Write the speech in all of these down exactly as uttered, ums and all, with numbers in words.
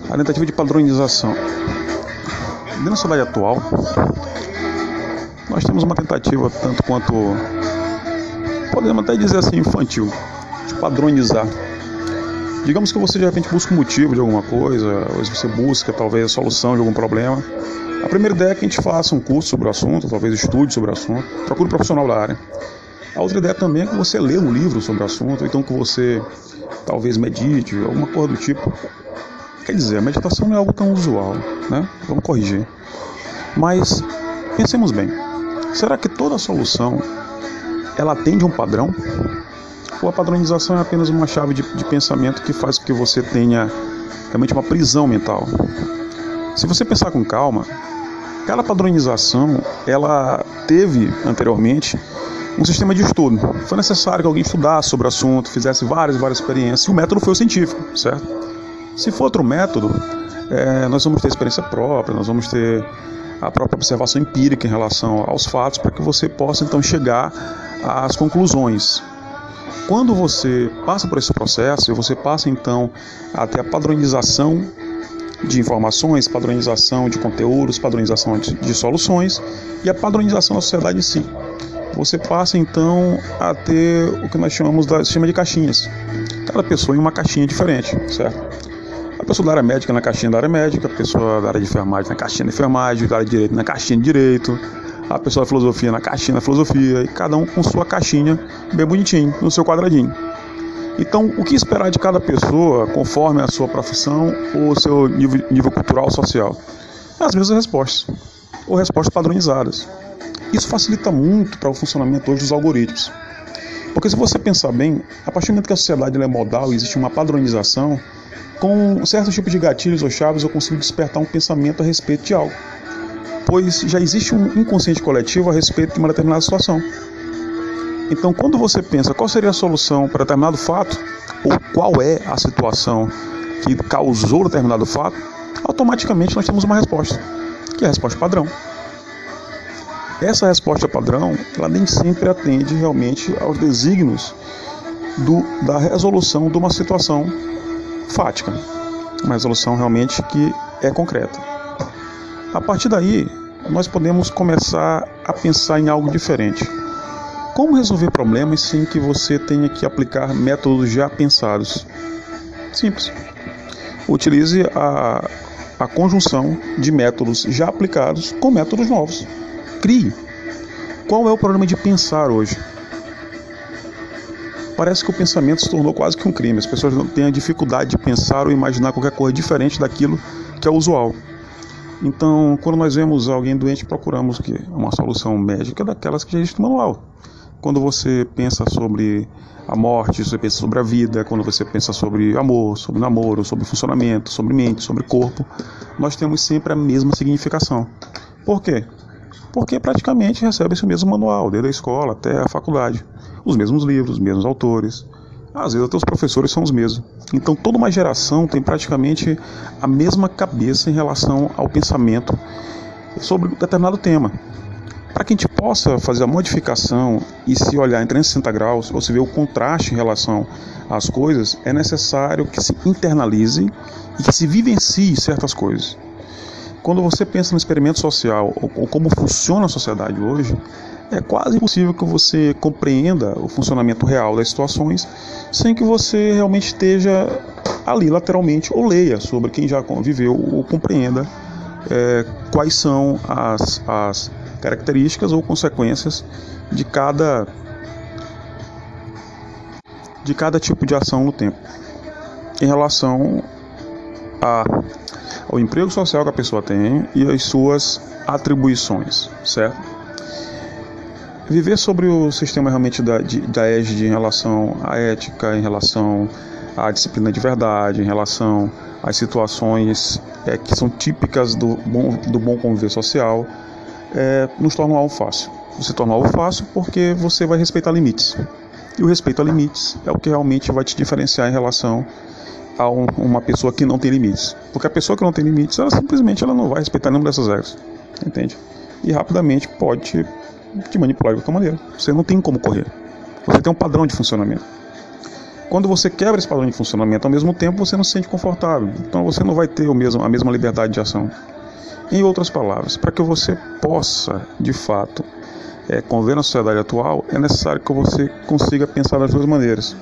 A tentativa de padronização. Na sociedade atual, nós temos uma tentativa tanto quanto, podemos até dizer assim, infantil, de padronizar. Digamos que você de repente busca um motivo de alguma coisa, ou se você busca talvez a solução de algum problema. A primeira ideia é que a gente faça um curso sobre o assunto, talvez estude sobre o assunto, procure um profissional da área. A outra ideia também é que você lê um livro sobre o assunto, ou então que você talvez medite, alguma coisa do tipo. Quer dizer, a meditação não é algo tão usual, né? Vamos corrigir. Mas pensemos bem, será que toda solução ela atende a um padrão? Ou a padronização é apenas uma chave de, de pensamento que faz com que você tenha realmente uma prisão mental? Se você pensar com calma, cada padronização ela teve anteriormente um sistema de estudo. Foi necessário que alguém estudasse sobre o assunto, fizesse várias, várias experiências, e o método foi o científico, certo? Se for outro método, é, nós vamos ter experiência própria, nós vamos ter a própria observação empírica em relação aos fatos, para que você possa então chegar às conclusões. Quando você passa por esse processo, você passa então a ter a padronização de informações, padronização de conteúdos, padronização de, de soluções e a padronização da sociedade em si. Você passa então a ter o que nós chamamos de sistema de caixinhas. Cada pessoa em uma caixinha diferente, certo? A pessoa da área médica na caixinha da área médica, a pessoa da área de enfermagem na caixinha da enfermagem, da área de direito na caixinha de direito, a pessoa da filosofia na caixinha da filosofia, e cada um com sua caixinha bem bonitinho, no seu quadradinho. Então, o que esperar de cada pessoa, conforme a sua profissão ou o seu nível, nível cultural social? As mesmas respostas, ou respostas padronizadas. Isso facilita muito para o funcionamento hoje dos algoritmos. Porque se você pensar bem, a partir do momento que a sociedade é modal e existe uma padronização, com certos tipos de gatilhos ou chaves eu consigo despertar um pensamento a respeito de algo. Pois já existe um inconsciente coletivo a respeito de uma determinada situação. Então, quando você pensa qual seria a solução para determinado fato, ou qual é a situação que causou determinado fato, automaticamente nós temos uma resposta, que é a resposta padrão. Essa resposta padrão, ela nem sempre atende realmente aos desígnios do, da resolução de uma situação fática, uma resolução realmente que é concreta. A partir daí, nós podemos começar a pensar em algo diferente. Como resolver problemas sem que você tenha que aplicar métodos já pensados? Simples. Utilize a, a conjunção de métodos já aplicados com métodos novos. Crie. Qual é o problema de pensar hoje? Parece que o pensamento se tornou quase que um crime. As pessoas não têm a dificuldade de pensar ou imaginar qualquer coisa diferente daquilo que é usual. Então, quando nós vemos alguém doente, procuramos que uma solução médica daquelas que já existe no manual. Quando você pensa sobre a morte, você pensa sobre a vida, quando você pensa sobre amor, sobre namoro, sobre funcionamento, sobre mente, sobre corpo, nós temos sempre a mesma significação. Por quê? Porque praticamente recebe-se o mesmo manual, desde a escola até a faculdade. Os mesmos livros, os mesmos autores. Às vezes até os professores são os mesmos. Então toda uma geração tem praticamente a mesma cabeça em relação ao pensamento sobre um determinado tema. Para que a gente possa fazer a modificação e se olhar em trezentos e sessenta graus, ou se ver o contraste em relação às coisas, é necessário que se internalize e que se vivencie certas coisas. Quando você pensa no experimento social, ou como funciona a sociedade hoje, é quase impossível que você compreenda o funcionamento real das situações sem que você realmente esteja ali lateralmente ou leia sobre quem já conviveu ou compreenda é, quais são as, as características ou consequências de cada, de cada tipo de ação no tempo em relação a, ao emprego social que a pessoa tem e as suas atribuições, certo? Viver sobre o sistema realmente da, de, da égide em relação à ética, em relação à disciplina de verdade, em relação às situações é, que são típicas do bom, do bom conviver social, é, nos torna algo fácil. Você torna algo fácil porque você vai respeitar limites. E o respeito a limites é o que realmente vai te diferenciar em relação a um, uma pessoa que não tem limites. Porque a pessoa que não tem limites, ela simplesmente ela não vai respeitar nenhuma dessas regras. Entende? E rapidamente pode te te manipular de qualquer maneira. Você não tem como correr. Você tem um padrão de funcionamento. Quando você quebra esse padrão de funcionamento, ao mesmo tempo você não se sente confortável. Então você não vai ter o mesmo, a mesma liberdade de ação. Em outras palavras, para que você possa, de fato, é, conviver na sociedade atual, é necessário que você consiga pensar das duas maneiras.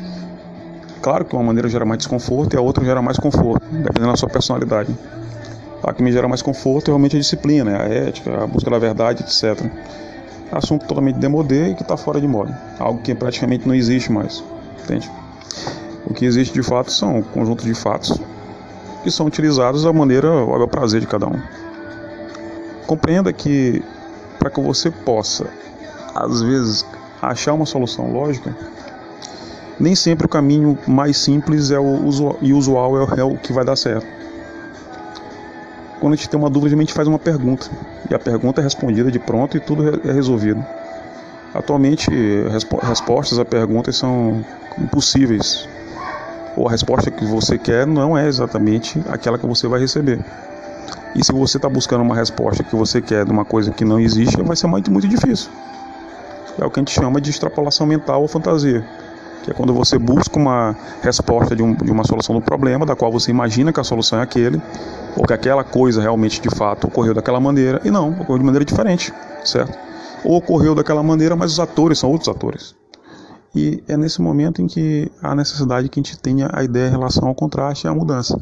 Claro que uma maneira gera mais desconforto e a outra gera mais conforto, dependendo da sua personalidade. A que me gera mais conforto é realmente a disciplina, a ética, a busca da verdade, etcétera. Assunto totalmente demodé e que está fora de moda. Algo que praticamente não existe mais. Entende? O que existe de fato são um conjunto de fatos que são utilizados da maneira ao bel prazer de cada um. Compreenda que para que você possa, às vezes, achar uma solução lógica, nem sempre o caminho mais simples é o usual, e usual é o, é o que vai dar certo. Quando a gente tem uma dúvida, a gente faz uma pergunta. E a pergunta é respondida de pronto e tudo é resolvido. Atualmente, respo- respostas a perguntas são impossíveis. Ou a resposta que você quer não é exatamente aquela que você vai receber. E se você está buscando uma resposta que você quer de uma coisa que não existe, vai ser muito, muito difícil. É o que a gente chama de extrapolação mental ou fantasia. Que é quando você busca uma resposta de, um, de uma solução do problema, da qual você imagina que a solução é aquele, ou que aquela coisa realmente, de fato, ocorreu daquela maneira, e não, ocorreu de maneira diferente, certo? Ou ocorreu daquela maneira, mas os atores são outros atores. E é nesse momento em que há necessidade que a gente tenha a ideia em relação ao contraste e à mudança.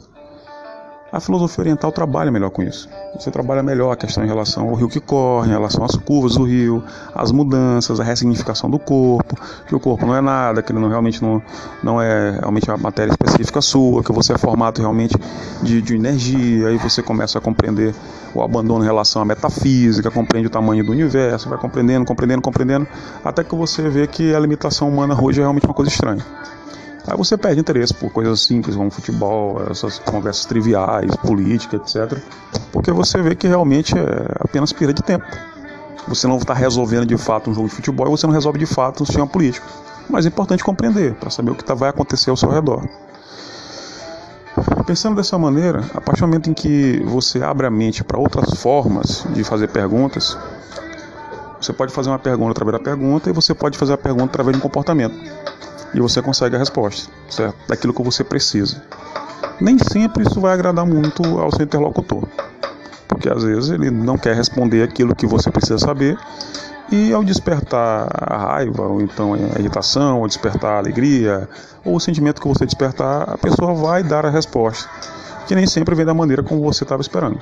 A filosofia oriental trabalha melhor com isso. Você trabalha melhor a questão em relação ao rio que corre, em relação às curvas do rio, as mudanças, a ressignificação do corpo, que o corpo não é nada, que ele não, realmente não, não é realmente a matéria específica sua, que você é formado realmente de, de energia, aí você começa a compreender o abandono em relação à metafísica, compreende o tamanho do universo, vai compreendendo, compreendendo, compreendendo, até que você vê que a limitação humana hoje é realmente uma coisa estranha. Aí você perde interesse por coisas simples, como futebol, essas conversas triviais, política, etcétera. Porque você vê que realmente é apenas perda de tempo. Você não está resolvendo de fato um jogo de futebol e você não resolve de fato um sistema político. Mas é importante compreender, para saber o que tá, vai acontecer ao seu redor. Pensando dessa maneira, a partir do momento em que você abre a mente para outras formas de fazer perguntas, você pode fazer uma pergunta através da pergunta e você pode fazer a pergunta através de um comportamento. E você consegue a resposta, certo? Daquilo que você precisa. Nem sempre isso vai agradar muito ao seu interlocutor, porque às vezes ele não quer responder aquilo que você precisa saber, e ao despertar a raiva, ou então a irritação, ou despertar a alegria, ou o sentimento que você despertar, a pessoa vai dar a resposta, que nem sempre vem da maneira como você estava esperando.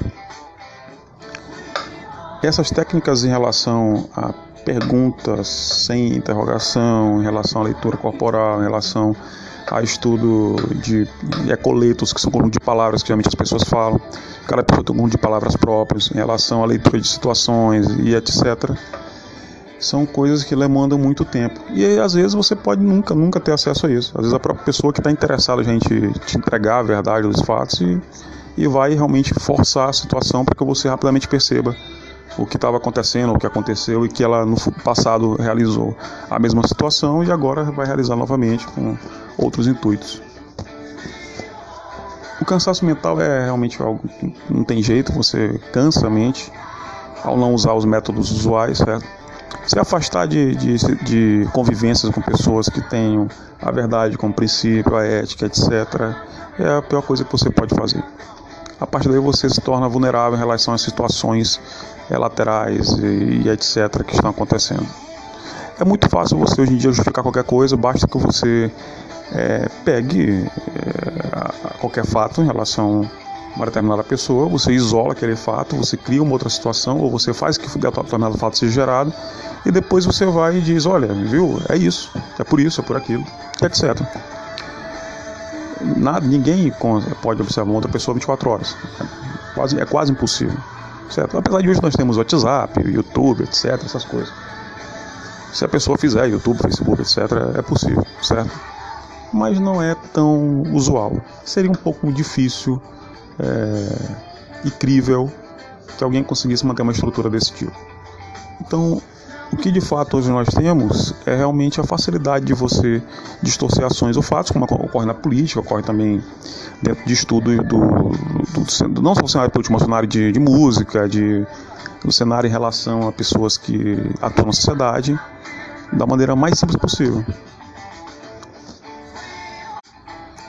Essas técnicas em relação a perguntas sem interrogação, em relação à leitura corporal, em relação a estudo de ecoletos, que são conjunto de palavras que geralmente as pessoas falam, cada pessoa tem um conjunto de palavras próprias, em relação à leitura de situações e etcétera, são coisas que demandam muito tempo. E aí, às vezes você pode nunca, nunca ter acesso a isso. Às vezes a própria pessoa que está interessada em te, te entregar a verdade dos fatos e, e vai realmente forçar a situação para que você rapidamente perceba o que estava acontecendo, o que aconteceu e que ela no passado realizou a mesma situação e agora vai realizar novamente com outros intuitos. O cansaço mental é realmente algo que não tem jeito, você cansa a mente ao não usar os métodos usuais, certo? Se afastar de, de, de convivências com pessoas que tenham a verdade como princípio, a ética, etcétera, é a pior coisa que você pode fazer. A partir daí você se torna vulnerável em relação às situações é, laterais e, e etcétera que estão acontecendo. É muito fácil você hoje em dia justificar qualquer coisa, basta que você é, pegue é, qualquer fato em relação a uma determinada pessoa, você isola aquele fato, você cria uma outra situação, ou você faz que determinado fato seja gerado, e depois você vai e diz, olha, viu, é isso, é por isso, é por aquilo, etcétera. Nada, ninguém pode observar uma outra pessoa vinte e quatro horas. É quase, é quase impossível, certo? Apesar de hoje nós temos WhatsApp, YouTube, etcétera, essas coisas. Se a pessoa fizer YouTube, Facebook, etcétera, é possível, certo? Mas não é tão usual. Seria um pouco difícil é, e crível que alguém conseguisse manter uma estrutura desse tipo. Então, o que de fato hoje nós temos é realmente a facilidade de você distorcer ações ou fatos, como ocorre na política, ocorre também dentro de estudo do, do, do não só do cenário político, mas do cenário de, de música, de, do cenário em relação a pessoas que atuam na sociedade, da maneira mais simples possível.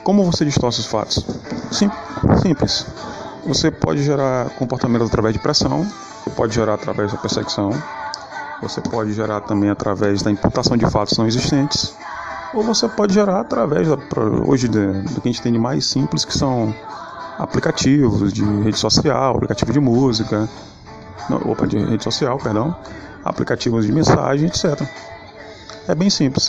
Como você distorce os fatos? Sim, simples. Você pode gerar comportamento através de pressão, você pode gerar através da perseguição, você pode gerar também através da imputação de fatos não existentes, ou você pode gerar através, da, hoje, do que a gente tem de mais simples, que são aplicativos de rede social, aplicativo de música, não, opa, de rede social, perdão, aplicativos de mensagem, etcétera. É bem simples.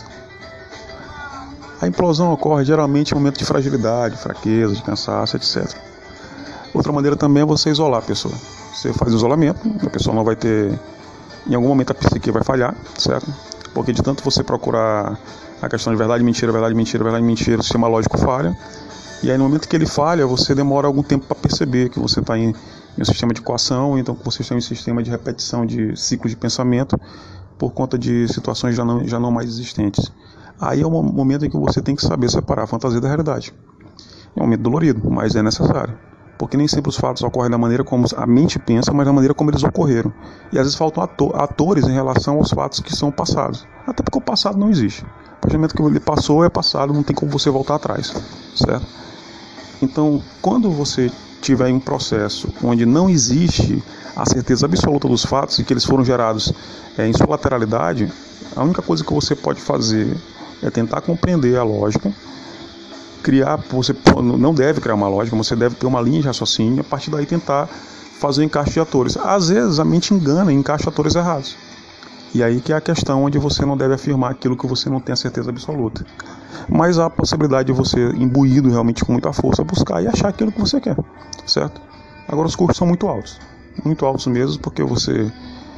A implosão ocorre geralmente em momento de fragilidade, fraqueza, de cansaço, etcétera. Outra maneira também é você isolar a pessoa. Você faz isolamento, a pessoa não vai ter... Em algum momento a psique vai falhar, certo? Porque de tanto você procurar a questão de verdade, mentira, verdade, mentira, verdade, mentira, o sistema lógico falha. E aí no momento que ele falha, você demora algum tempo para perceber que você está em, em um sistema de coação, então que você está em um sistema de repetição de ciclos de pensamento por conta de situações já não, já não mais existentes. Aí é o momento em que você tem que saber separar a fantasia da realidade. É um momento dolorido, mas é necessário. Porque nem sempre os fatos ocorrem da maneira como a mente pensa, mas da maneira como eles ocorreram. E às vezes faltam ator, atores em relação aos fatos que são passados. Até porque o passado não existe. A partir do momento que ele passou, é passado, não tem como você voltar atrás. Certo? Então, quando você tiver um processo onde não existe a certeza absoluta dos fatos e que eles foram gerados é, em sua lateralidade, a única coisa que você pode fazer é tentar compreender a lógica, criar, você não deve criar uma lógica, você deve ter uma linha de raciocínio, a partir daí tentar fazer o encaixe de atores. Às vezes a mente engana e encaixa atores errados. E aí que é a questão onde você não deve afirmar aquilo que você não tem a certeza absoluta. Mas há a possibilidade de você, imbuído realmente com muita força, buscar e achar aquilo que você quer, certo? Agora os custos são muito altos, muito altos mesmo, porque você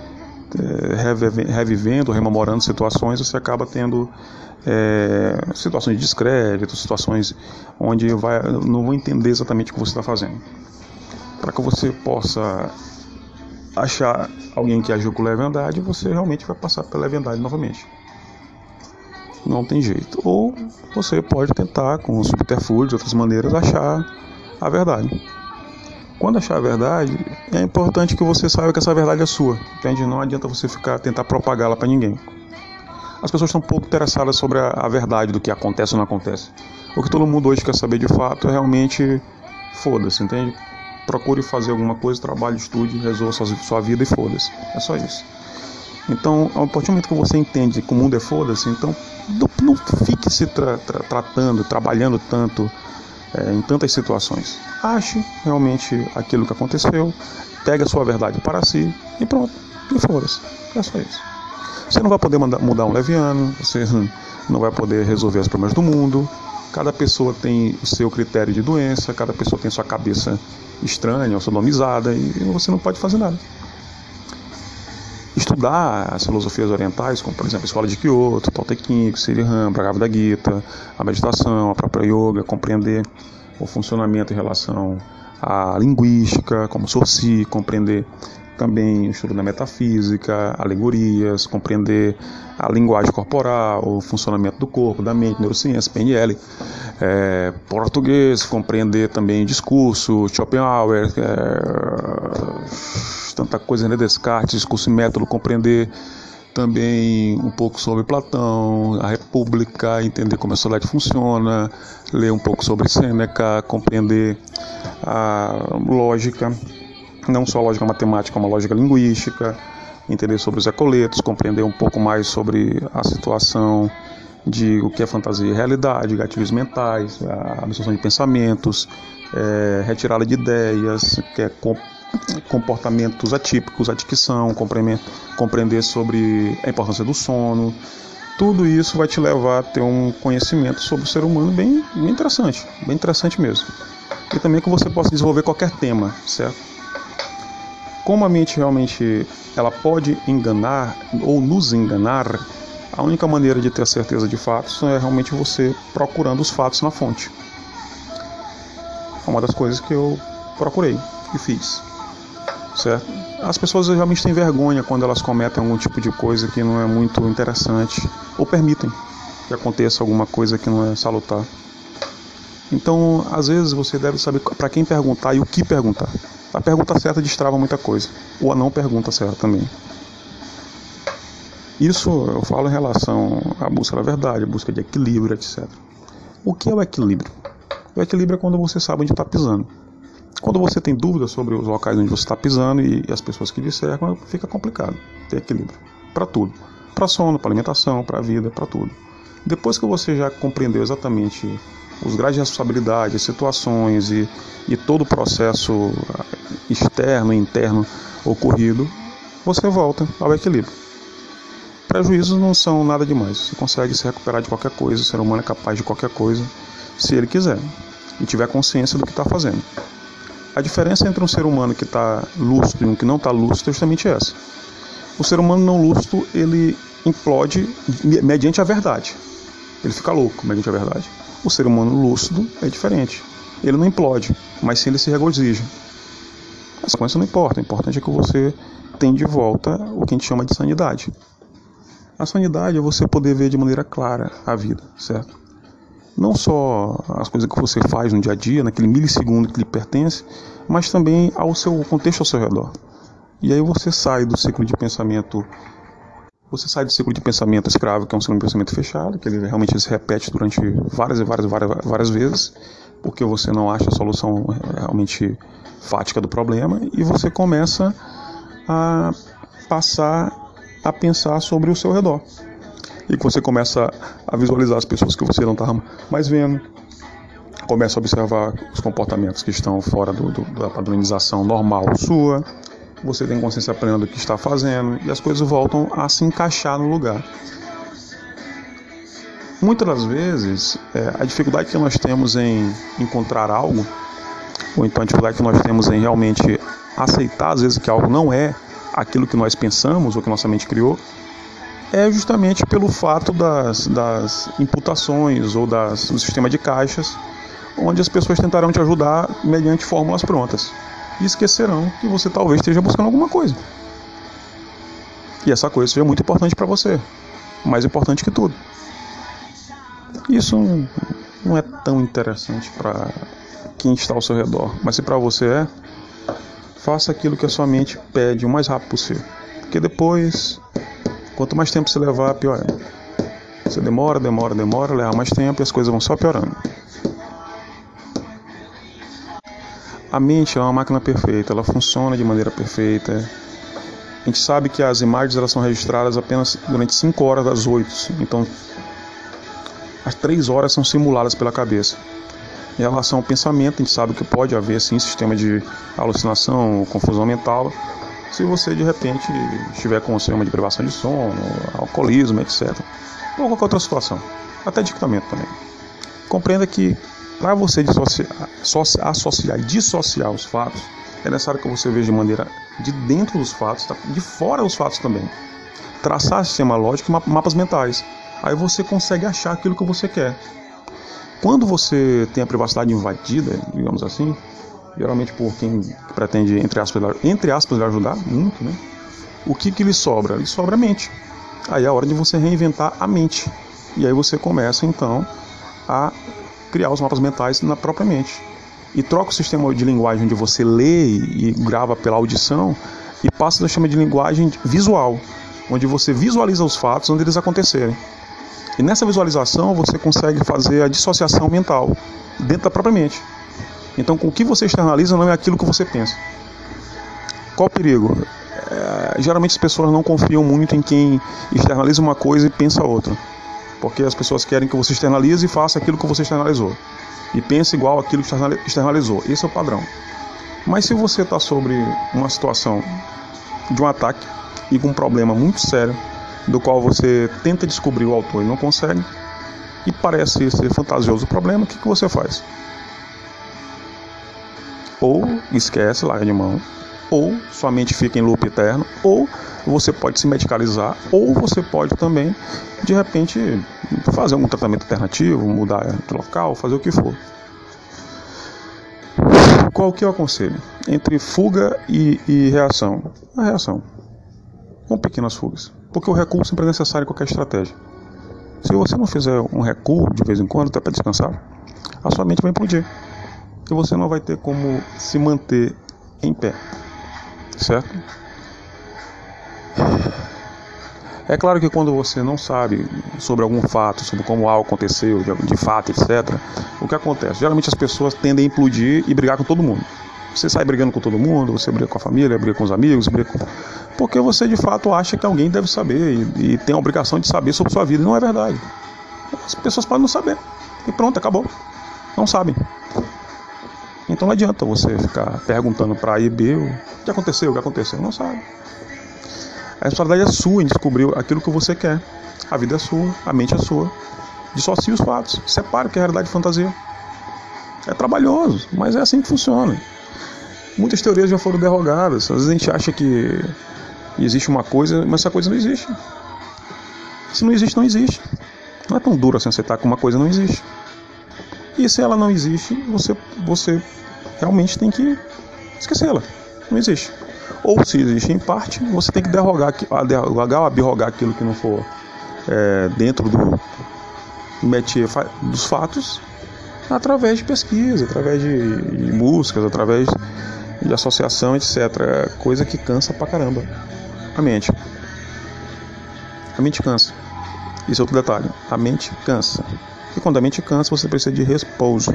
é, revivendo, rememorando situações, você acaba tendo é, situações de descrédito, situações onde vai, não vão entender exatamente o que você está fazendo. Para que você possa achar alguém que agiu com leviandade, você realmente vai passar pela leviandade novamente. Não tem jeito. Ou você pode tentar, com subterfúgios, outras maneiras, achar a verdade. Quando achar a verdade, é importante que você saiba que essa verdade é sua. Entende? Não adianta você ficar tentar propagá-la para ninguém. As pessoas estão pouco interessadas sobre a, a verdade do que acontece ou não acontece. O que todo mundo hoje quer saber de fato é realmente foda-se, entende? Procure fazer alguma coisa, trabalhe, estude, resolva sua, sua vida e foda-se. É só isso. Então, a partir do momento que você entende que o mundo é foda-se, então não, não fique se tra, tra, tratando, trabalhando tanto é, em tantas situações. Ache realmente aquilo que aconteceu, pegue a sua verdade para si e pronto, e foda-se. É só isso. Você não vai poder mandar, mudar um leviano, você não vai poder resolver os problemas do mundo. Cada pessoa tem o seu critério de doença, cada pessoa tem sua cabeça estranha ou sodomizada e você não pode fazer nada. Estudar as filosofias orientais, como por exemplo a Escola de Kyoto, Tao Te Ching, Siddham, Bhagavad Gita, a meditação, a própria yoga, compreender o funcionamento em relação à linguística, como Sorci, compreender também o estudo da metafísica, alegorias, compreender a linguagem corporal, o funcionamento do corpo, da mente, neurociência, P N L, é, português, compreender também discurso, Schopenhauer, é, tanta coisa, né, Descartes, discurso e método, compreender também um pouco sobre Platão, a República, entender como a sociedade funciona, ler um pouco sobre Sêneca, compreender a lógica, não só a lógica matemática, como a lógica linguística, entender sobre os ecoletos, compreender um pouco mais sobre a situação de o que é fantasia e realidade, gatilhos mentais, a absorção de pensamentos, é, retirada de ideias, que é comportamentos atípicos, a dicção, compreender sobre a importância do sono. Tudo isso vai te levar a ter um conhecimento sobre o ser humano bem, bem interessante, bem interessante mesmo. E também que você possa desenvolver qualquer tema, certo? Como a mente realmente ela pode enganar ou nos enganar, a única maneira de ter a certeza de fatos é realmente você procurando os fatos na fonte. É uma das coisas que eu procurei e fiz, certo? As pessoas realmente têm vergonha quando elas cometem algum tipo de coisa que não é muito interessante ou permitem que aconteça alguma coisa que não é salutar. Então, às vezes você deve saber para quem perguntar e o que perguntar. A pergunta certa destrava muita coisa, ou a não pergunta certa também. Isso eu falo em relação à busca da verdade, a busca de equilíbrio, etcétera. O que é o equilíbrio? O equilíbrio é quando você sabe onde está pisando. Quando você tem dúvidas sobre os locais onde você está pisando e as pessoas que lhe cercam, fica complicado ter equilíbrio para tudo. Para sono, para alimentação, para a vida, para tudo. Depois que você já compreendeu exatamente os graus de responsabilidade, as situações e, e todo o processo externo e interno ocorrido, você volta ao equilíbrio. Prejuízos não são nada demais. Você consegue se recuperar de qualquer coisa, o ser humano é capaz de qualquer coisa, se ele quiser e tiver consciência do que está fazendo. A diferença entre um ser humano que está lúcido e um que não está lúcido é justamente essa. O ser humano não lúcido, ele implode mediante a verdade. Ele fica louco mediante a verdade. O ser humano lúcido é diferente. Ele não implode, mas sim ele se regozija. A consequência não importa. O importante é que você tem de volta o que a gente chama de sanidade. A sanidade é você poder ver de maneira clara a vida, certo? Não só as coisas que você faz no dia a dia, naquele milissegundo que lhe pertence, mas também ao seu contexto ao seu redor. E aí você sai do ciclo de pensamento, você sai do ciclo de pensamento escravo, que é um ciclo de pensamento fechado, que ele realmente se repete durante várias e várias, várias, várias vezes, porque você não acha a solução realmente fática do problema, e você começa a passar a pensar sobre o seu redor. E que você começa a visualizar as pessoas que você não estava mais vendo, começa a observar os comportamentos que estão fora do, do, da padronização normal sua, você tem consciência plena do que está fazendo e as coisas voltam a se encaixar no lugar. Muitas das vezes, é, a dificuldade que nós temos em encontrar algo, ou então a dificuldade que nós temos em realmente aceitar, às vezes, que algo não é aquilo que nós pensamos ou que nossa mente criou, é justamente pelo fato das, das imputações ou das, do sistema de caixas, onde as pessoas tentarão te ajudar mediante fórmulas prontas e esquecerão que você talvez esteja buscando alguma coisa. E essa coisa seja muito importante para você, mais importante que tudo. Isso não é tão interessante para quem está ao seu redor, mas se para você é, faça aquilo que a sua mente pede o mais rápido possível, porque depois, quanto mais tempo você levar, pior é. Você demora, demora, demora, leva mais tempo e as coisas vão só piorando. A mente é uma máquina perfeita, ela funciona de maneira perfeita. A gente sabe que as imagens elas são registradas apenas durante cinco horas das oito. Então, as três horas são simuladas pela cabeça. Em relação ao pensamento, a gente sabe que pode haver sim sistema de alucinação, confusão mental, se você de repente estiver com um sistema de privação de sono, alcoolismo, etcétera. Ou qualquer outra situação, até dictamento também. Compreenda que para você dissociar, associar e dissociar os fatos, é necessário que você veja de maneira de dentro dos fatos, de fora dos fatos também. Traçar sistema lógico e mapas mentais. Aí você consegue achar aquilo que você quer. Quando você tem a privacidade invadida, digamos assim, geralmente por quem pretende, entre aspas, entre aspas, lhe ajudar, muito, né? O que que lhe sobra? Lhe sobra a mente. Aí é a hora de você reinventar a mente. E aí você começa, então, a criar os mapas mentais na própria mente. E troca o sistema de linguagem onde você lê e grava pela audição e passa do sistema de linguagem visual, onde você visualiza os fatos onde eles acontecerem. E nessa visualização você consegue fazer a dissociação mental dentro da própria mente. Então, o que você externaliza não é aquilo que você pensa. Qual o perigo? É, geralmente as pessoas não confiam muito em quem externaliza uma coisa e pensa outra. Porque as pessoas querem que você externalize e faça aquilo que você externalizou. E pense igual àquilo que externalizou. Esse é o padrão. Mas se você está sobre uma situação de um ataque e com um problema muito sério, do qual você tenta descobrir o autor e não consegue, e parece ser fantasioso o problema, o que, que você faz? Ou esquece, larga de mão, ou sua mente fica em loop eterno, ou você pode se medicalizar, ou você pode também, de repente, fazer um tratamento alternativo, mudar de local, fazer o que for. Qual que eu aconselho? Entre fuga e, e reação. A reação. Com pequenas fugas. Porque o recuo sempre é necessário em qualquer estratégia. Se você não fizer um recuo de vez em quando, até para descansar, a sua mente vai implodir. E você não vai ter como se manter em pé. Certo? É claro que quando você não sabe sobre algum fato, sobre como algo aconteceu, de, de fato, etcétera, o que acontece? Geralmente as pessoas tendem a implodir e brigar com todo mundo. Você sai brigando com todo mundo, você briga com a família, briga com os amigos, briga com... porque você de fato acha que alguém deve saber e, e tem a obrigação de saber sobre sua vida. Não é verdade. As pessoas podem não saber. E pronto, acabou. Não sabem. Então não adianta você ficar perguntando para A e B o que aconteceu, o que aconteceu. Não sabe. A responsabilidade é sua em descobrir aquilo que você quer. A vida é sua, a mente é sua. Dissocie os fatos. Separe o que é realidade e fantasia. É trabalhoso, mas é assim que funciona. Muitas teorias já foram derrogadas. Às vezes a gente acha que existe uma coisa, mas essa coisa não existe. Se não existe, não existe. Não é tão duro assim aceitar que uma coisa não existe. E se ela não existe, você, você realmente tem que esquecê-la. Não existe. Ou se existe em parte, você tem que derrogar, derrogar ou abrogar aquilo que não for é, dentro do métier dos fatos, através de pesquisa, através de, de músicas, através de associação, etcétera. Coisa que cansa pra caramba a mente. A mente cansa. Isso é outro detalhe. A mente cansa. E quando a mente cansa, você precisa de repouso.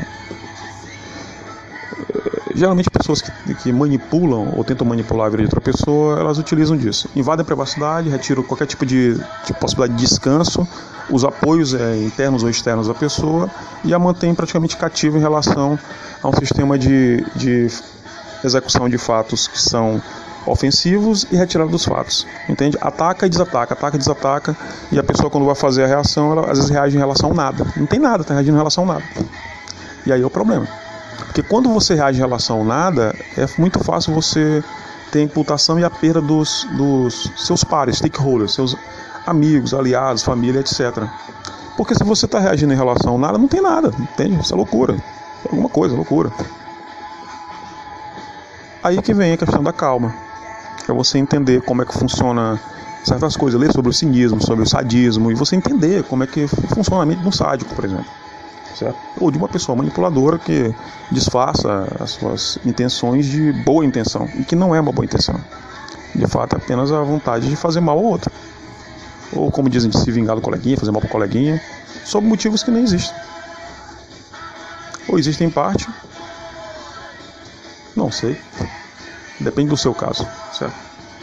Geralmente pessoas que, que manipulam ou tentam manipular a vida de outra pessoa, elas utilizam disso. Invadem a privacidade, retiram qualquer tipo de, de possibilidade de descanso, os apoios é, internos ou externos da pessoa e a mantêm praticamente cativa em relação a um sistema de, de execução de fatos que são ofensivos e retirada dos fatos. Entende? Ataca e desataca, ataca e desataca, e a pessoa quando vai fazer a reação, ela às vezes reage em relação a nada. Não tem nada, está reagindo em relação a nada. E aí é o problema. Porque quando você reage em relação a nada, é muito fácil você ter a imputação e a perda dos, dos seus pares, stakeholders, seus amigos, aliados, família, etcétera. Porque se você está reagindo em relação a nada, não tem nada, entende? Isso é loucura. É alguma coisa, loucura. Aí que vem a questão da calma. É você entender como é que funciona certas coisas, ler sobre o cinismo, sobre o sadismo, e você entender como é que funciona a mente de um sádico, por exemplo. Certo? Ou de uma pessoa manipuladora que disfarça as suas intenções de boa intenção, e que não é uma boa intenção. De fato, é apenas a vontade de fazer mal ao outro. Ou, como dizem, de se vingar do coleguinha, fazer mal para o coleguinha, sob motivos que nem existem. Ou existem em parte, não sei. Depende do seu caso, certo?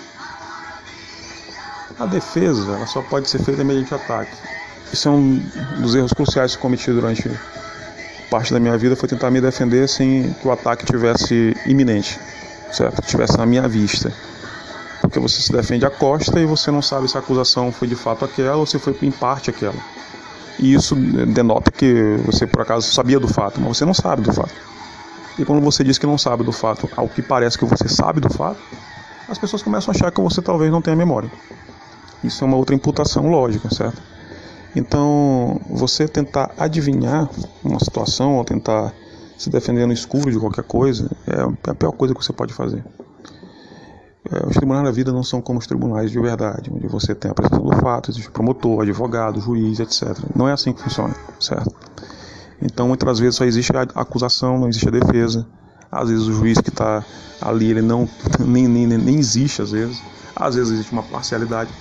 A defesa, ela só pode ser feita mediante ataque. Isso é um dos erros cruciais que eu cometi durante parte da minha vida, foi tentar me defender sem que o ataque tivesse iminente, certo? Tivesse na minha vista. Porque você se defende à costa e você não sabe se a acusação foi de fato aquela ou se foi em parte aquela. E isso denota que você por acaso sabia do fato, mas você não sabe do fato. E quando você diz que não sabe do fato, ao que parece que você sabe do fato, as pessoas começam a achar que você talvez não tenha memória. Isso é uma outra imputação lógica, certo? Então, você tentar adivinhar uma situação ou tentar se defender no escuro de qualquer coisa é a pior coisa que você pode fazer. É, os tribunais da vida não são como os tribunais de verdade, onde você tem a apresentação do fato, existe promotor, advogado, juiz, etcétera. Não é assim que funciona, certo? Então, muitas vezes só existe a acusação, não existe a defesa. Às vezes o juiz que está ali, ele não, nem, nem, nem existe às vezes. Às vezes existe uma parcialidade.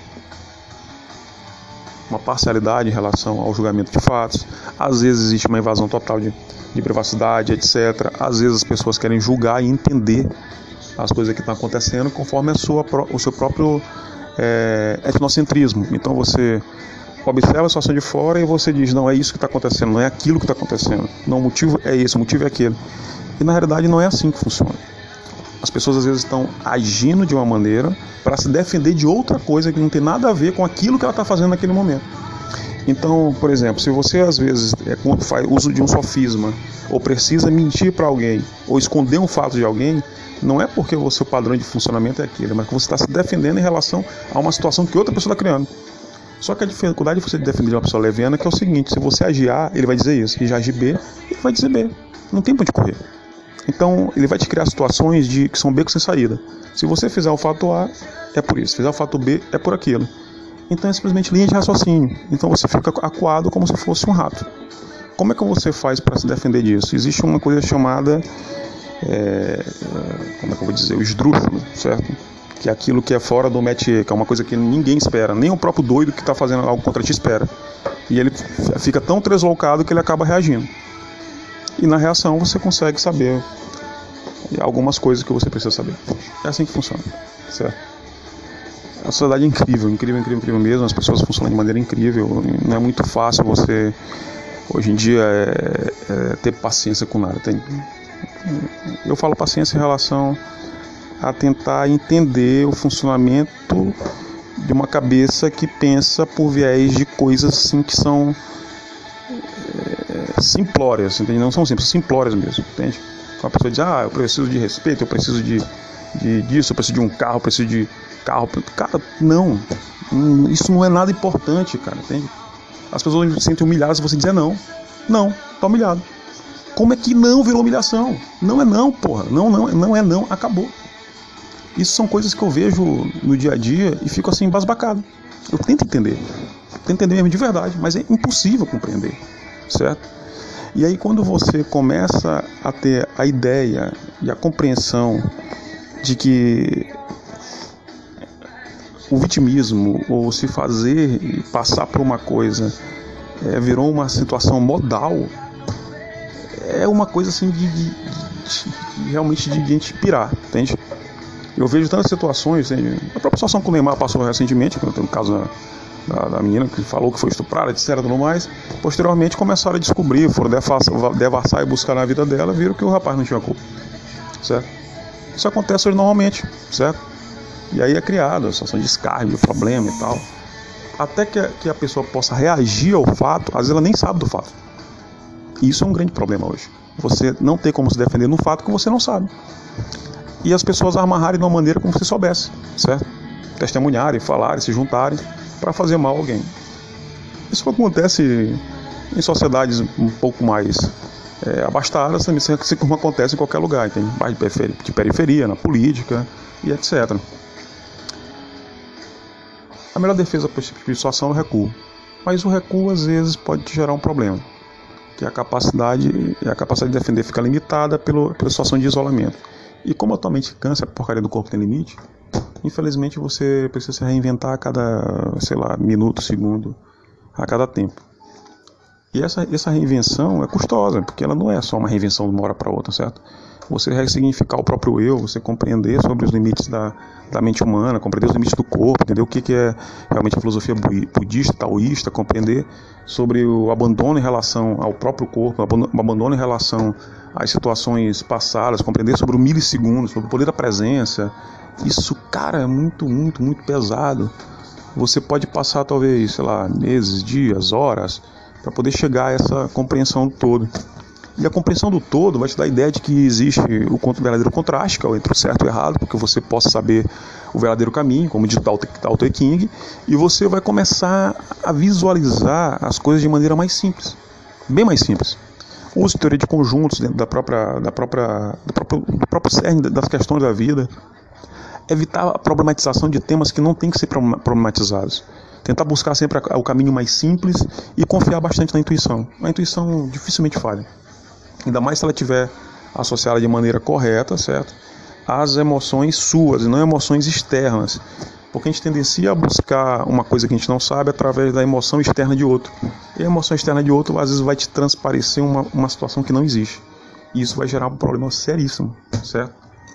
Uma parcialidade em relação ao julgamento de fatos. Às vezes existe uma invasão total de, de privacidade, etcétera. Às vezes as pessoas querem julgar e entender as coisas que estão acontecendo conforme a sua, o seu próprio é, etnocentrismo. Então você observa a situação de fora e você diz, não é isso que está acontecendo, não é aquilo que está acontecendo. Não, o motivo é esse, o motivo é aquele. E na realidade não é assim que funciona. As pessoas às vezes estão agindo de uma maneira para se defender de outra coisa que não tem nada a ver com aquilo que ela está fazendo naquele momento. Então, por exemplo, se você às vezes é, faz uso de um sofisma ou precisa mentir para alguém ou esconder um fato de alguém, não é porque o seu padrão de funcionamento é aquele, mas que você está se defendendo em relação a uma situação que outra pessoa está criando. Só que a dificuldade de você defender de uma pessoa leviana é que é o seguinte, se você agir A, ele vai dizer isso, e já agir B, ele vai dizer B. Não tem para onde correr. Então, ele vai te criar situações de, que são becos sem saída. Se você fizer o fato A, é por isso. Se fizer o fato B, é por aquilo. Então, é simplesmente linha de raciocínio. Então, você fica acuado como se fosse um rato. Como é que você faz para se defender disso? Existe uma coisa chamada, é, como é que eu vou dizer, o esdrúxulo, certo? que é aquilo que é fora do métier, que é uma coisa que ninguém espera, nem o próprio doido que está fazendo algo contra ti espera. E ele fica tão deslocado que ele acaba reagindo. E na reação você consegue saber algumas coisas que você precisa saber. É assim que funciona, certo? A sociedade é incrível, incrível, incrível, incrível mesmo. As pessoas funcionam de maneira incrível. Não é muito fácil você, hoje em dia, é, é, ter paciência com nada. Tem, eu falo paciência em relação a tentar entender o funcionamento de uma cabeça que pensa por viés de coisas assim que são é, simplórias, entende? Não são simples, simplórias mesmo, entende? Uma pessoa diz, ah, eu preciso de respeito, eu preciso de, de disso, eu preciso de um carro, eu preciso de carro. Cara, não, isso não é nada importante, cara, entende? As pessoas se sentem humilhadas se você dizer não. Não, tá humilhado. Como é que não virou humilhação? Não é não, porra, não, não, não é não, acabou. Isso são coisas que eu vejo no dia a dia e fico assim embasbacado. Eu tento entender, tento entender mesmo de verdade, mas é impossível compreender, certo? E aí quando você começa a ter a ideia e a compreensão de que o vitimismo, ou se fazer e passar por uma coisa, é, virou uma situação modal, é uma coisa assim de, de, de, de realmente de gente pirar, entende? Eu vejo tantas situações, né? A própria situação que o Neymar passou recentemente, no caso da, da, da menina que falou que foi estuprada, etc, tudo mais. Posteriormente começaram a descobrir, foram devassar e buscar na vida dela, viram que o rapaz não tinha culpa, certo? Isso acontece hoje normalmente, certo? E aí é criado a situação de escárnio, de problema e tal. Até que a, que a pessoa possa reagir ao fato, às vezes ela nem sabe do fato. E isso é um grande problema hoje. Você não tem como se defender num fato que você não sabe. E as pessoas amarrarem de uma maneira como se soubesse, certo? Testemunharem, falarem, se juntarem para fazer mal a alguém. Isso acontece em sociedades um pouco mais é, abastadas, também assim como acontece em qualquer lugar, entende? Mais de periferia, na política e etcétera. A melhor defesa para esse tipo de situação é o recuo. Mas o recuo às vezes pode te gerar um problema, que a capacidade, a capacidade de defender fica limitada pelo, pela situação de isolamento. E como atualmente câncer, a porcaria do corpo tem limite, infelizmente você precisa se reinventar a cada, sei lá, minuto, segundo, a cada tempo. E essa, essa reinvenção é custosa, porque ela não é só uma reinvenção de uma hora para outra, certo? Você ressignificar o próprio eu, você compreender sobre os limites da, da mente humana, compreender os limites do corpo, entender o que, que é realmente a filosofia budista, taoísta, compreender sobre o abandono em relação ao próprio corpo, o abandono em relação às situações passadas, compreender sobre o milissegundo, sobre o poder da presença. Isso, cara, é muito, muito, muito pesado. Você pode passar talvez, sei lá, meses, dias, horas, para poder chegar a essa compreensão do todo. E a compreensão do todo vai te dar a ideia de que existe o verdadeiro contraste, que é entre o certo e o errado, porque você possa saber o verdadeiro caminho, como diz o Tao Te Ching, e você vai começar a visualizar as coisas de maneira mais simples, bem mais simples. Use teoria de conjuntos dentro da própria, da própria, do, próprio, do próprio cerne das questões da vida. Evitar a problematização de temas que não tem que ser problematizados. Tentar buscar sempre o caminho mais simples e confiar bastante na intuição. A intuição dificilmente falha. Ainda mais se ela estiver associada de maneira correta, certo? Às emoções suas e não emoções externas. Porque a gente tendencia a buscar uma coisa que a gente não sabe através da emoção externa de outro. E a emoção externa de outro às vezes vai te transparecer uma, uma situação que não existe. E isso vai gerar um problema seríssimo, certo?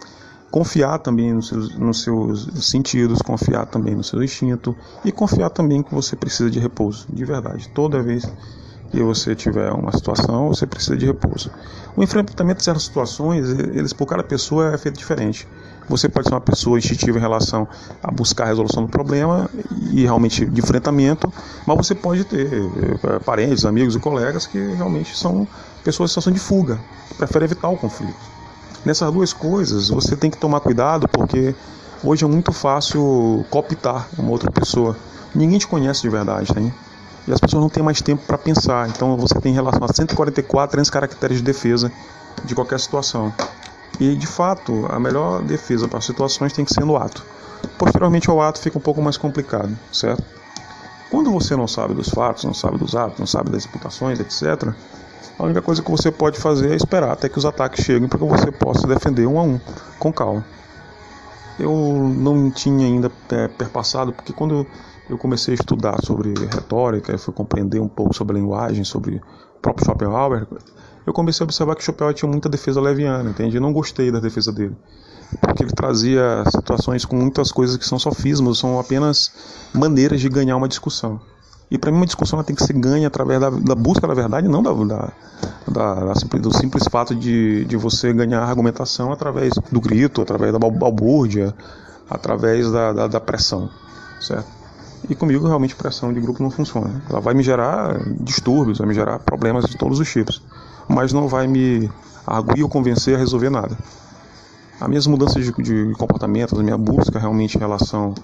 Confiar também nos seus, nos seus sentidos, confiar também no seu instinto e confiar também que você precisa de repouso, de verdade. Toda vez que você tiver uma situação, você precisa de repouso. O enfrentamento de certas situações, eles por cada pessoa é feito diferente. Você pode ser uma pessoa instintiva em relação a buscar a resolução do problema e realmente de enfrentamento, mas você pode ter parentes, amigos e colegas que realmente são pessoas em situação de fuga, que preferem evitar o conflito. Nessas duas coisas, você tem que tomar cuidado, porque hoje é muito fácil cooptar uma outra pessoa. Ninguém te conhece de verdade, né? E as pessoas não têm mais tempo para pensar. Então você tem em relação a cento e quarenta e quatro, trezentos caracteres de defesa de qualquer situação. E, de fato, a melhor defesa para as situações tem que ser no ato. Posteriormente ao ato fica um pouco mais complicado, certo? Quando você não sabe dos fatos, não sabe dos atos, não sabe das imputações, etcétera, a única coisa que você pode fazer é esperar até que os ataques cheguem para que você possa defender um a um, com calma. eu não tinha ainda é, perpassado, porque quando eu comecei a estudar sobre retórica, eu fui compreender um pouco sobre a linguagem, sobre o próprio Schopenhauer, eu comecei a observar que Schopenhauer tinha muita defesa leviana, entende? Eu não gostei da defesa dele, porque ele trazia situações com muitas coisas que são sofismas, são apenas maneiras de ganhar uma discussão. E para mim uma discussão ela tem que ser ganha através da, da busca da verdade, não da, da, da, da, do simples fato de, de você ganhar a argumentação através do grito, através da balbúrdia, através da, da, da pressão, certo? E comigo realmente pressão de grupo não funciona. Ela vai me gerar distúrbios, vai me gerar problemas de todos os tipos, mas não vai me arguir ou convencer a resolver nada. As minhas mudanças de, de comportamento, a minha busca realmente em relação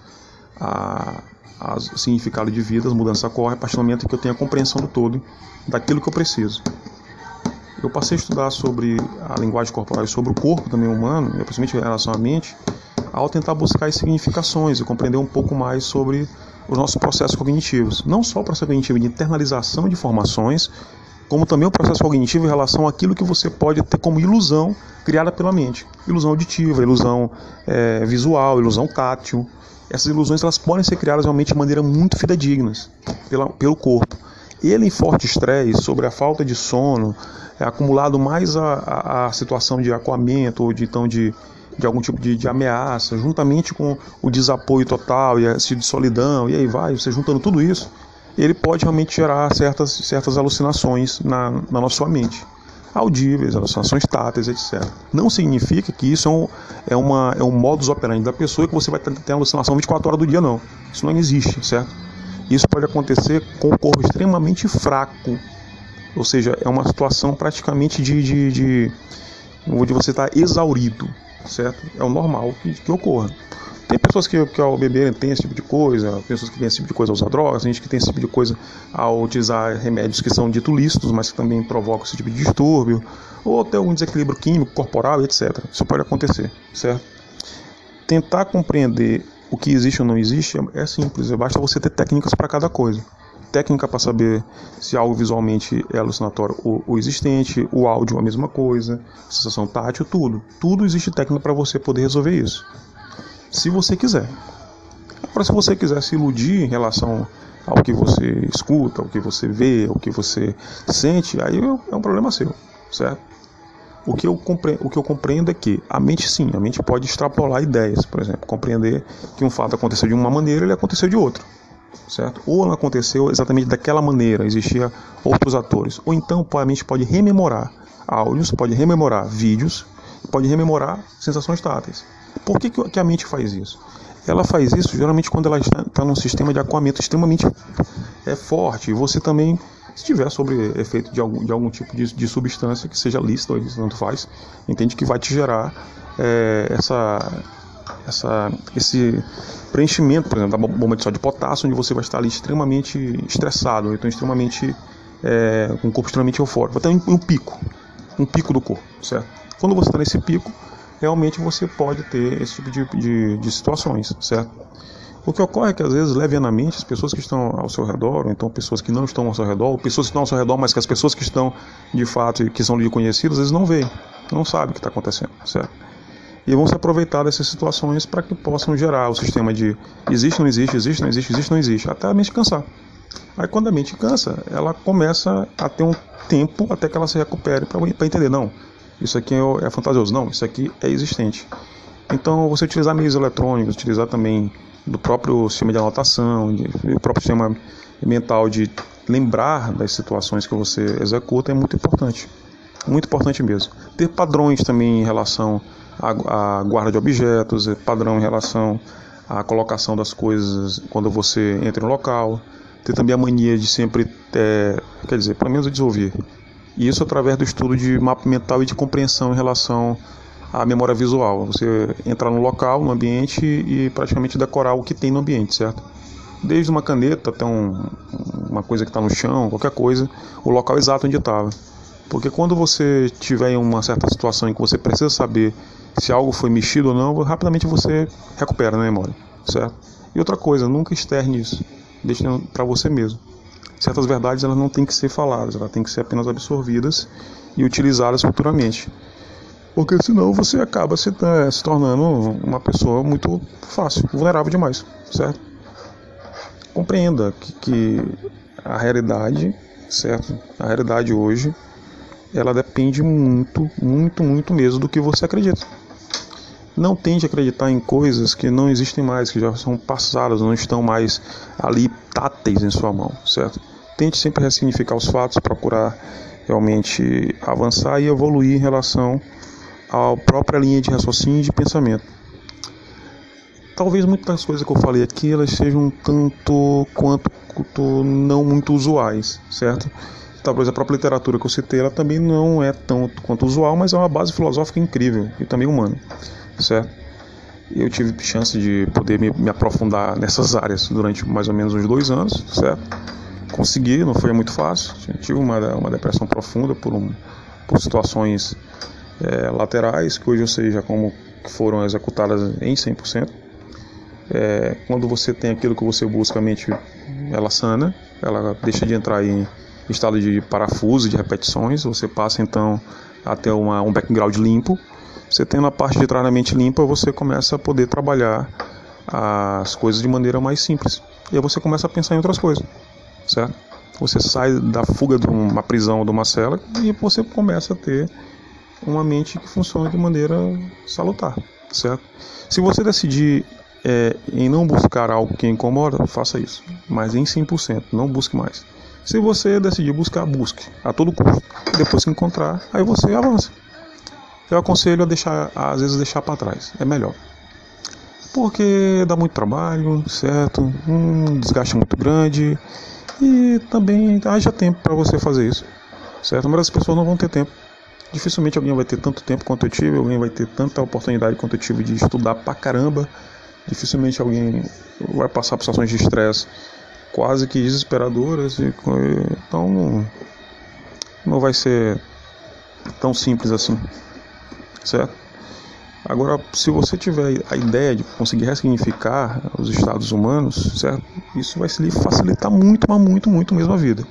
a a significado de vida, as mudanças ocorrem a partir do momento que eu tenho a compreensão do todo daquilo que eu preciso. Eu passei a estudar sobre a linguagem corporal e sobre o corpo também humano, e principalmente em relação à mente, ao tentar buscar as significações e compreender um pouco mais sobre os nossos processos cognitivos. Não só o processo cognitivo de internalização de informações, como também o processo cognitivo em relação àquilo que você pode ter como ilusão criada pela mente. Ilusão auditiva, ilusão é, visual, ilusão tátil. Essas ilusões elas podem ser criadas realmente de maneira muito fidedignas pela, pelo corpo. Ele em forte estresse, sobre a falta de sono, é acumulado mais a, a, a situação de acuamento ou de, então, de, de algum tipo de, de ameaça, juntamente com o desapoio total e a de solidão, e aí vai, você juntando tudo isso, ele pode realmente gerar certas, certas alucinações na, na nossa mente. Audíveis, alucinações táteis, etcétera. Não significa que isso é um, é uma, é um modus operandi da pessoa que você vai ter alucinação vinte e quatro horas do dia, não. Isso não existe, certo? Isso pode acontecer com o corpo extremamente fraco, ou seja, é uma situação praticamente de, de, de onde você está exaurido, certo? É o normal que, que ocorra. Tem pessoas que, que ao beber tem esse tipo de coisa, pessoas que têm esse tipo de coisa ao usar drogas, gente que tem esse tipo de coisa ao utilizar remédios que são dito lícitos, mas que também provocam esse tipo de distúrbio, ou até algum desequilíbrio químico, corporal, etcétera. Isso pode acontecer, certo? Tentar compreender o que existe ou não existe é simples, basta você ter técnicas para cada coisa. Técnica para saber se algo visualmente é alucinatório ou, ou existente, o áudio é a mesma coisa, sensação tátil, tudo. Tudo existe técnica para você poder resolver isso. Se você quiser. Agora, se você quiser se iludir em relação ao que você escuta, ao que você vê, ao que você sente, aí é um problema seu, certo? O que eu compreendo, o que eu compreendo é que a mente, sim, a mente pode extrapolar ideias, por exemplo, compreender que um fato aconteceu de uma maneira e ele aconteceu de outra, certo? Ou não aconteceu exatamente daquela maneira, existia outros atores. Ou então a mente pode rememorar áudios, pode rememorar vídeos, pode rememorar sensações táteis. Por que, que a mente faz isso? Ela faz isso geralmente quando ela está, está num sistema de acuamento extremamente é, forte. E você também, se tiver sobre efeito de algum, de algum tipo de, de substância que seja lícita, ou tanto faz, entende que vai te gerar é, essa, essa, esse preenchimento, por exemplo, da bomba de sódio de potássio, onde você vai estar ali extremamente estressado, então extremamente, é, com um corpo extremamente eufórico. Vai ter um, um pico, um pico do corpo, certo? Quando você está nesse pico, realmente você pode ter esse tipo de, de, de situações, certo? O que ocorre é que às vezes, levianamente, as pessoas que estão ao seu redor, ou então pessoas que não estão ao seu redor, ou pessoas que estão ao seu redor, mas que as pessoas que estão de fato e que são lhe conhecidas, eles não veem, não sabem o que está acontecendo, certo? E vão se aproveitar dessas situações para que possam gerar o sistema de existe, não existe, existe, não existe, existe, não existe, até a mente cansar. Aí quando a mente cansa, ela começa a ter um tempo até que ela se recupere para entender, não, isso aqui é, é fantasioso, não, isso aqui é existente. Então, você utilizar meios eletrônicos, utilizar também do próprio sistema de anotação, de, do próprio sistema mental de lembrar das situações que você executa é muito importante. Muito importante mesmo. Ter padrões também em relação à, à guarda de objetos, padrão em relação à colocação das coisas quando você entra no local. Ter também a mania de sempre, é, quer dizer, pelo menos desenvolver. E isso através do estudo de mapa mental e de compreensão em relação à memória visual. Você entrar no local, no ambiente e praticamente decorar o que tem no ambiente, certo? Desde uma caneta até um, uma coisa que está no chão, qualquer coisa, o local exato onde estava. Porque quando você tiver em uma certa situação em que você precisa saber se algo foi mexido ou não, rapidamente você recupera na memória, certo? E outra coisa, nunca externe isso. Deixe para você mesmo. Certas verdades elas não têm que ser faladas, elas têm que ser apenas absorvidas e utilizadas futuramente. Porque senão você acaba se, se tornando uma pessoa muito fácil, vulnerável demais, certo? Compreenda que, que a realidade, certo? A realidade hoje, ela depende muito, muito, muito mesmo do que você acredita. Não tente acreditar em coisas que não existem mais, que já são passadas, não estão mais ali táteis em sua mão, certo? Tente sempre ressignificar os fatos, procurar realmente avançar e evoluir em relação à própria linha de raciocínio e de pensamento. Talvez muitas das coisas que eu falei aqui, elas sejam tanto quanto, quanto não muito usuais, certo? Talvez a própria literatura que eu citei, ela também não é tanto quanto usual, mas é uma base filosófica incrível e também humana, certo? Eu tive chance de poder me, me aprofundar nessas áreas durante mais ou menos uns dois anos, certo? Consegui, não foi muito fácil, tive uma, uma depressão profunda por, um, por situações é, laterais, que hoje eu sei já como foram executadas em cem por cento. É, quando você tem aquilo que você busca, a mente ela sana, ela deixa de entrar em estado de parafuso, de repetições, você passa então a ter uma, um background limpo. Você tendo a parte de trás da mente limpa, você começa a poder trabalhar as coisas de maneira mais simples. E aí você começa a pensar em outras coisas, certo? Você sai da fuga de uma prisão ou de uma cela e você começa a ter uma mente que funciona de maneira salutar, certo? Se você decidir é, em não buscar algo que incomoda, faça isso, mas em cem por cento, não busque mais. Se você decidir buscar, busque a todo custo. E depois que encontrar, aí você avança. Eu aconselho a deixar, às vezes deixar para trás, é melhor. Porque dá muito trabalho, certo? Um desgaste muito grande e também haja tempo para você fazer isso, certo? Mas as pessoas não vão ter tempo. Dificilmente alguém vai ter tanto tempo quanto eu tive, alguém vai ter tanta oportunidade quanto eu tive de estudar pra caramba. Dificilmente alguém vai passar por situações de estresse quase que desesperadoras, e, então não vai ser tão simples assim, certo? Agora, se você tiver a ideia de conseguir ressignificar os estados humanos, certo? Isso vai lhe facilitar muito, mas muito, muito mesmo a vida.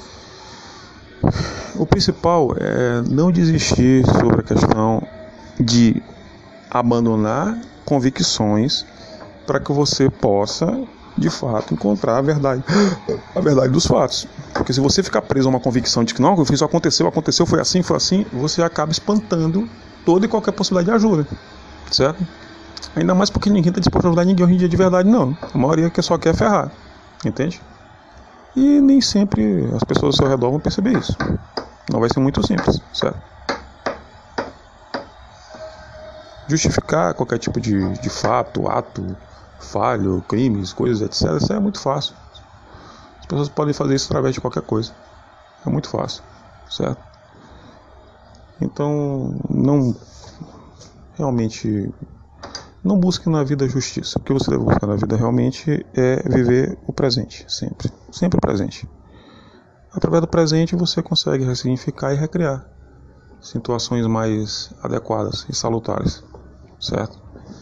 O principal é não desistir sobre a questão de abandonar convicções para que você possa, de fato, encontrar a verdade, a verdade dos fatos. Porque se você ficar preso a uma convicção de que não, isso aconteceu, aconteceu, foi assim, foi assim, você acaba espantando toda e qualquer possibilidade de ajuda, certo? Ainda mais porque ninguém está disposto a ajudar ninguém hoje em dia de verdade, não. A maioria que só quer ferrar, entende? E nem sempre as pessoas ao seu redor vão perceber isso. Não vai ser muito simples, certo? Justificar qualquer tipo de, de fato, ato, falho, crimes, coisas, etcétera. Isso é muito fácil. As pessoas podem fazer isso através de qualquer coisa. É muito fácil, certo? Então, não realmente não busque na vida justiça. O que você deve buscar na vida realmente é viver o presente, sempre, sempre o presente. Através do presente você consegue ressignificar e recriar situações mais adequadas e salutares, certo?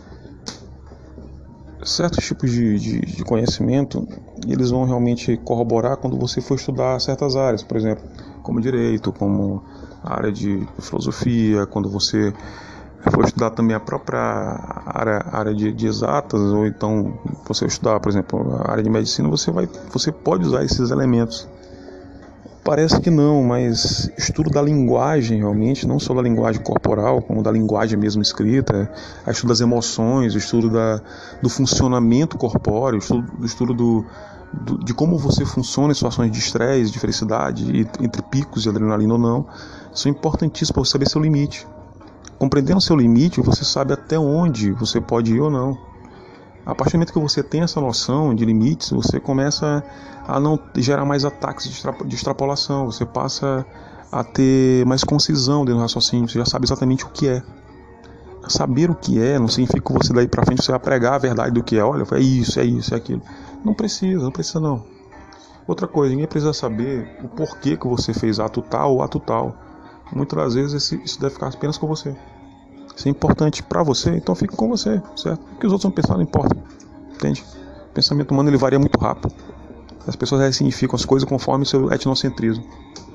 Certos tipos de, de, de conhecimento, eles vão realmente corroborar quando você for estudar certas áreas, por exemplo, como direito, como a área de filosofia, quando você for estudar também a própria área, área de, de exatas, ou então você estudar, por exemplo, a área de medicina, você, vai, você pode usar esses elementos. Parece que não, mas estudo da linguagem realmente, não só da linguagem corporal, como da linguagem mesmo escrita, a estudo das emoções, o estudo da, do funcionamento corpóreo, o estudo, o estudo do, do, de como você funciona em situações de estresse, de felicidade, e, entre picos de adrenalina ou não, são importantíssimos para você saber seu limite. Compreendendo o seu limite, você sabe até onde você pode ir ou não. A partir do momento que você tem essa noção de limites, você começa a não gerar mais ataques de extrapolação, você passa a ter mais concisão dentro do raciocínio, você já sabe exatamente o que é. Saber o que é não significa que você daí para frente você vai pregar a verdade do que é. Olha, é isso, é isso, é aquilo. Não precisa, não precisa não. Outra coisa, ninguém precisa saber o porquê que você fez ato tal ou ato tal. Muitas das vezes isso deve ficar apenas com você. Isso é importante para você, então fique com você, certo? O que os outros vão pensar não importa, entende? O pensamento humano ele varia muito rápido. As pessoas ressignificam as coisas conforme o seu etnocentrismo.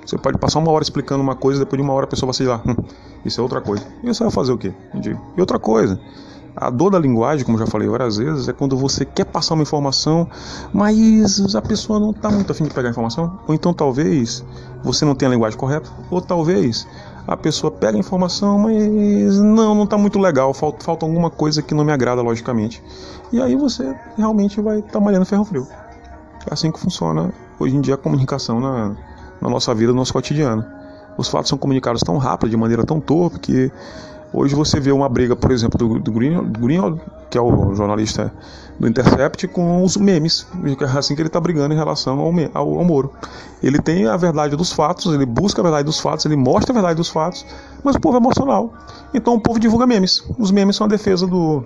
Você pode passar uma hora explicando uma coisa, depois de uma hora a pessoa vai se lá, hum, isso é outra coisa. E você vai fazer o quê? E outra coisa, a dor da linguagem, como já falei várias vezes, é quando você quer passar uma informação, mas a pessoa não está muito afim de pegar a informação. Ou então talvez você não tenha a linguagem correta, ou talvez a pessoa pega a informação, mas não, não está muito legal, falta, falta alguma coisa que não me agrada logicamente. E aí você realmente vai estar tá malhando ferro frio. É assim que funciona hoje em dia a comunicação na, na nossa vida, no nosso cotidiano. Os fatos são comunicados tão rápido, de maneira tão torpe, que hoje você vê uma briga, por exemplo, do, do Greenwald, que é o jornalista do Intercept, com os memes. É assim que ele está brigando em relação ao, ao, ao Moro. Ele tem a verdade dos fatos, ele busca a verdade dos fatos, ele mostra a verdade dos fatos, mas o povo é emocional. Então o povo divulga memes. Os memes são a defesa do,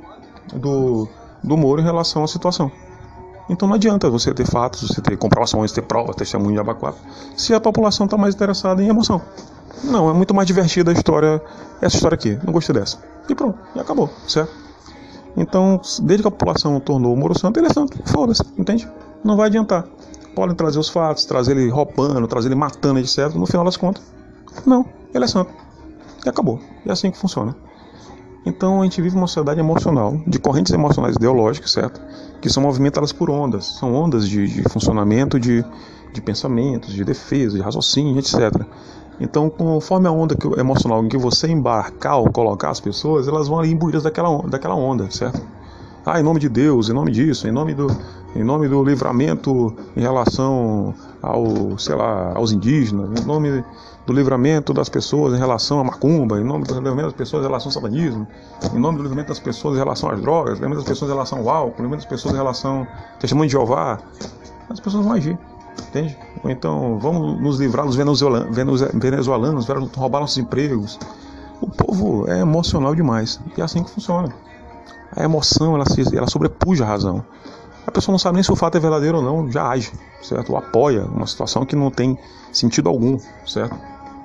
do, do Moro em relação à situação. Então não adianta você ter fatos, você ter comprovações, ter provas, testemunho de abacuá, se a população está mais interessada em emoção. Não, é muito mais divertida a história, essa história aqui, não gostei dessa. E pronto, e acabou, certo? Então, desde que a população tornou o Moro santo, ele é santo, foda-se, entende? Não vai adiantar. Podem trazer os fatos, trazer ele roubando, trazer ele matando, etcétera. No final das contas, não, ele é santo. E acabou, é assim que funciona. Então a gente vive uma sociedade emocional, de correntes emocionais ideológicas, certo? Que são movimentadas por ondas, são ondas de, de funcionamento, de, de pensamentos, de defesa, de raciocínio, etcétera. Então, conforme a onda emocional em que você embarcar ou colocar as pessoas, elas vão ali imbuídas daquela, daquela onda, certo? Ah, em nome de Deus, em nome disso, em nome do, em nome do livramento em relação ao, sei lá, aos indígenas, em nome do livramento das pessoas em relação à macumba, em nome do livramento das pessoas em relação ao satanismo, em nome do livramento das pessoas em relação às drogas, em nome das pessoas em relação ao álcool, em nome das pessoas em relação ao testemunho de Jeová. As pessoas vão agir, entende? Ou então, vamos nos livrar dos venezuelanos, roubar nossos empregos. O povo é emocional demais, e é assim que funciona. A emoção, ela, se, ela sobrepuja a razão. A pessoa não sabe nem se o fato é verdadeiro ou não, já age, certo? Ou apoia uma situação que não tem sentido algum, certo?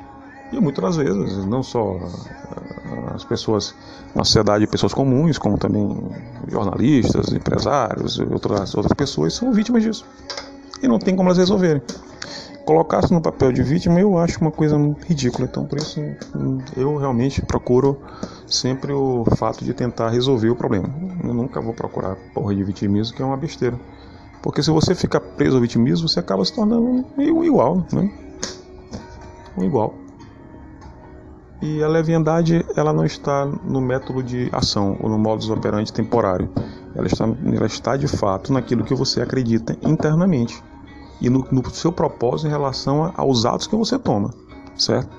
E muitas das vezes, não só as pessoas na sociedade, pessoas comuns, como também jornalistas, empresários e outras, outras pessoas são vítimas disso. E não tem como elas resolverem. Colocar-se no papel de vítima eu acho uma coisa ridícula. Então, por isso, eu realmente procuro sempre o fato de tentar resolver o problema. Eu nunca vou procurar porra de vitimismo, que é uma besteira. Porque se você ficar preso ao vitimismo, você acaba se tornando meio igual, né? Um igual. E a leviandade, ela não está no método de ação ou no modus operandi temporário. Ela está, ela está de fato naquilo que você acredita internamente e no, no seu propósito em relação aos atos que você toma, certo?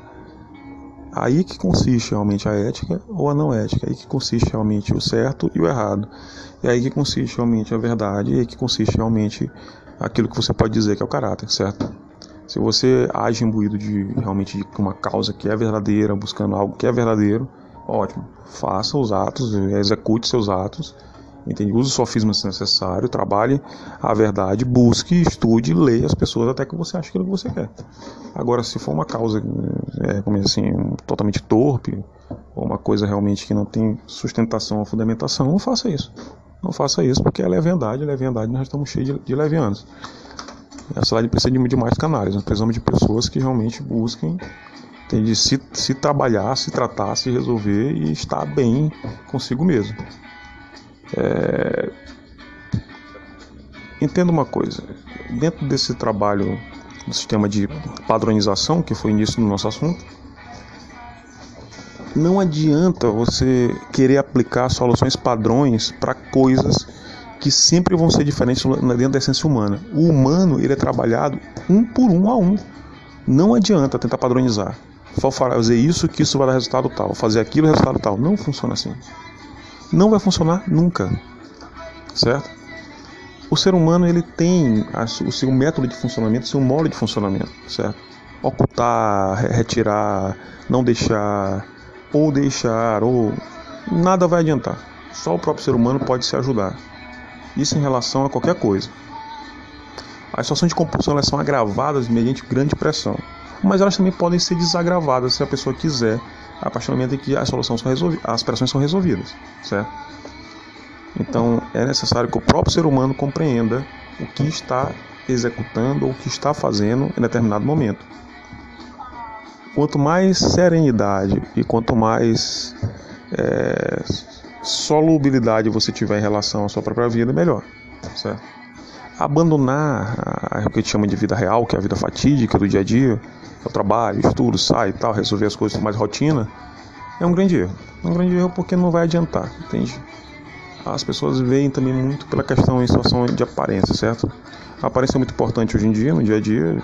Aí que consiste realmente a ética ou a não ética, aí que consiste realmente o certo e o errado, e aí que consiste realmente a verdade, e aí que consiste realmente aquilo que você pode dizer que é o caráter, certo? Se você age imbuído de realmente de uma causa que é verdadeira, buscando algo que é verdadeiro, ótimo, faça os atos, execute seus atos, entende? Use o sofisma se necessário, trabalhe a verdade, busque, estude, leia as pessoas até que você ache aquilo que você quer. Agora, se for uma causa é, como assim, totalmente torpe, ou uma coisa realmente que não tem sustentação ou fundamentação, não faça isso. Não faça isso, porque ela é verdade, ela é verdade, nós estamos cheios de, de levianos. A cidade precisa de, de mais canais, nós precisamos de pessoas que realmente busquem entende? Se, se trabalhar, se tratar, se resolver e estar bem consigo mesmo. É... Entenda uma coisa, dentro desse trabalho do sistema de padronização, que foi o início do nosso assunto, não adianta você querer aplicar soluções padrões para coisas que sempre vão ser diferentes dentro da essência humana. O humano, ele é trabalhado um por um a um. Não adianta tentar padronizar. Vou fazer isso, que isso vai dar resultado tal. Fazer aquilo, resultado tal. Não funciona assim. Não vai funcionar nunca. Certo? O ser humano, ele tem o seu método de funcionamento, o seu modo de funcionamento. Certo? Ocultar, retirar, não deixar, ou deixar, ou... Nada vai adiantar. Só o próprio ser humano pode se ajudar. Isso em relação a qualquer coisa. As situações de compulsão, elas são agravadas mediante grande pressão, mas elas também podem ser desagravadas se a pessoa quiser, a partir do momento em que as soluções são resolvidas, as pressões são resolvidas, certo? Então é necessário que o próprio ser humano compreenda o que está executando ou o que está fazendo em determinado momento. quanto mais serenidade e quanto mais é, solubilidade você tiver em relação à sua própria vida, melhor, certo? Abandonar a, o que a gente chama de vida real, que é a vida fatídica do dia a dia, que é o trabalho, estudo, sai e tal, resolver as coisas com mais rotina, é um grande erro. É um grande erro porque não vai adiantar, entende? As pessoas veem também muito pela questão em situação de aparência, certo? A aparência é muito importante hoje em dia, no dia a dia.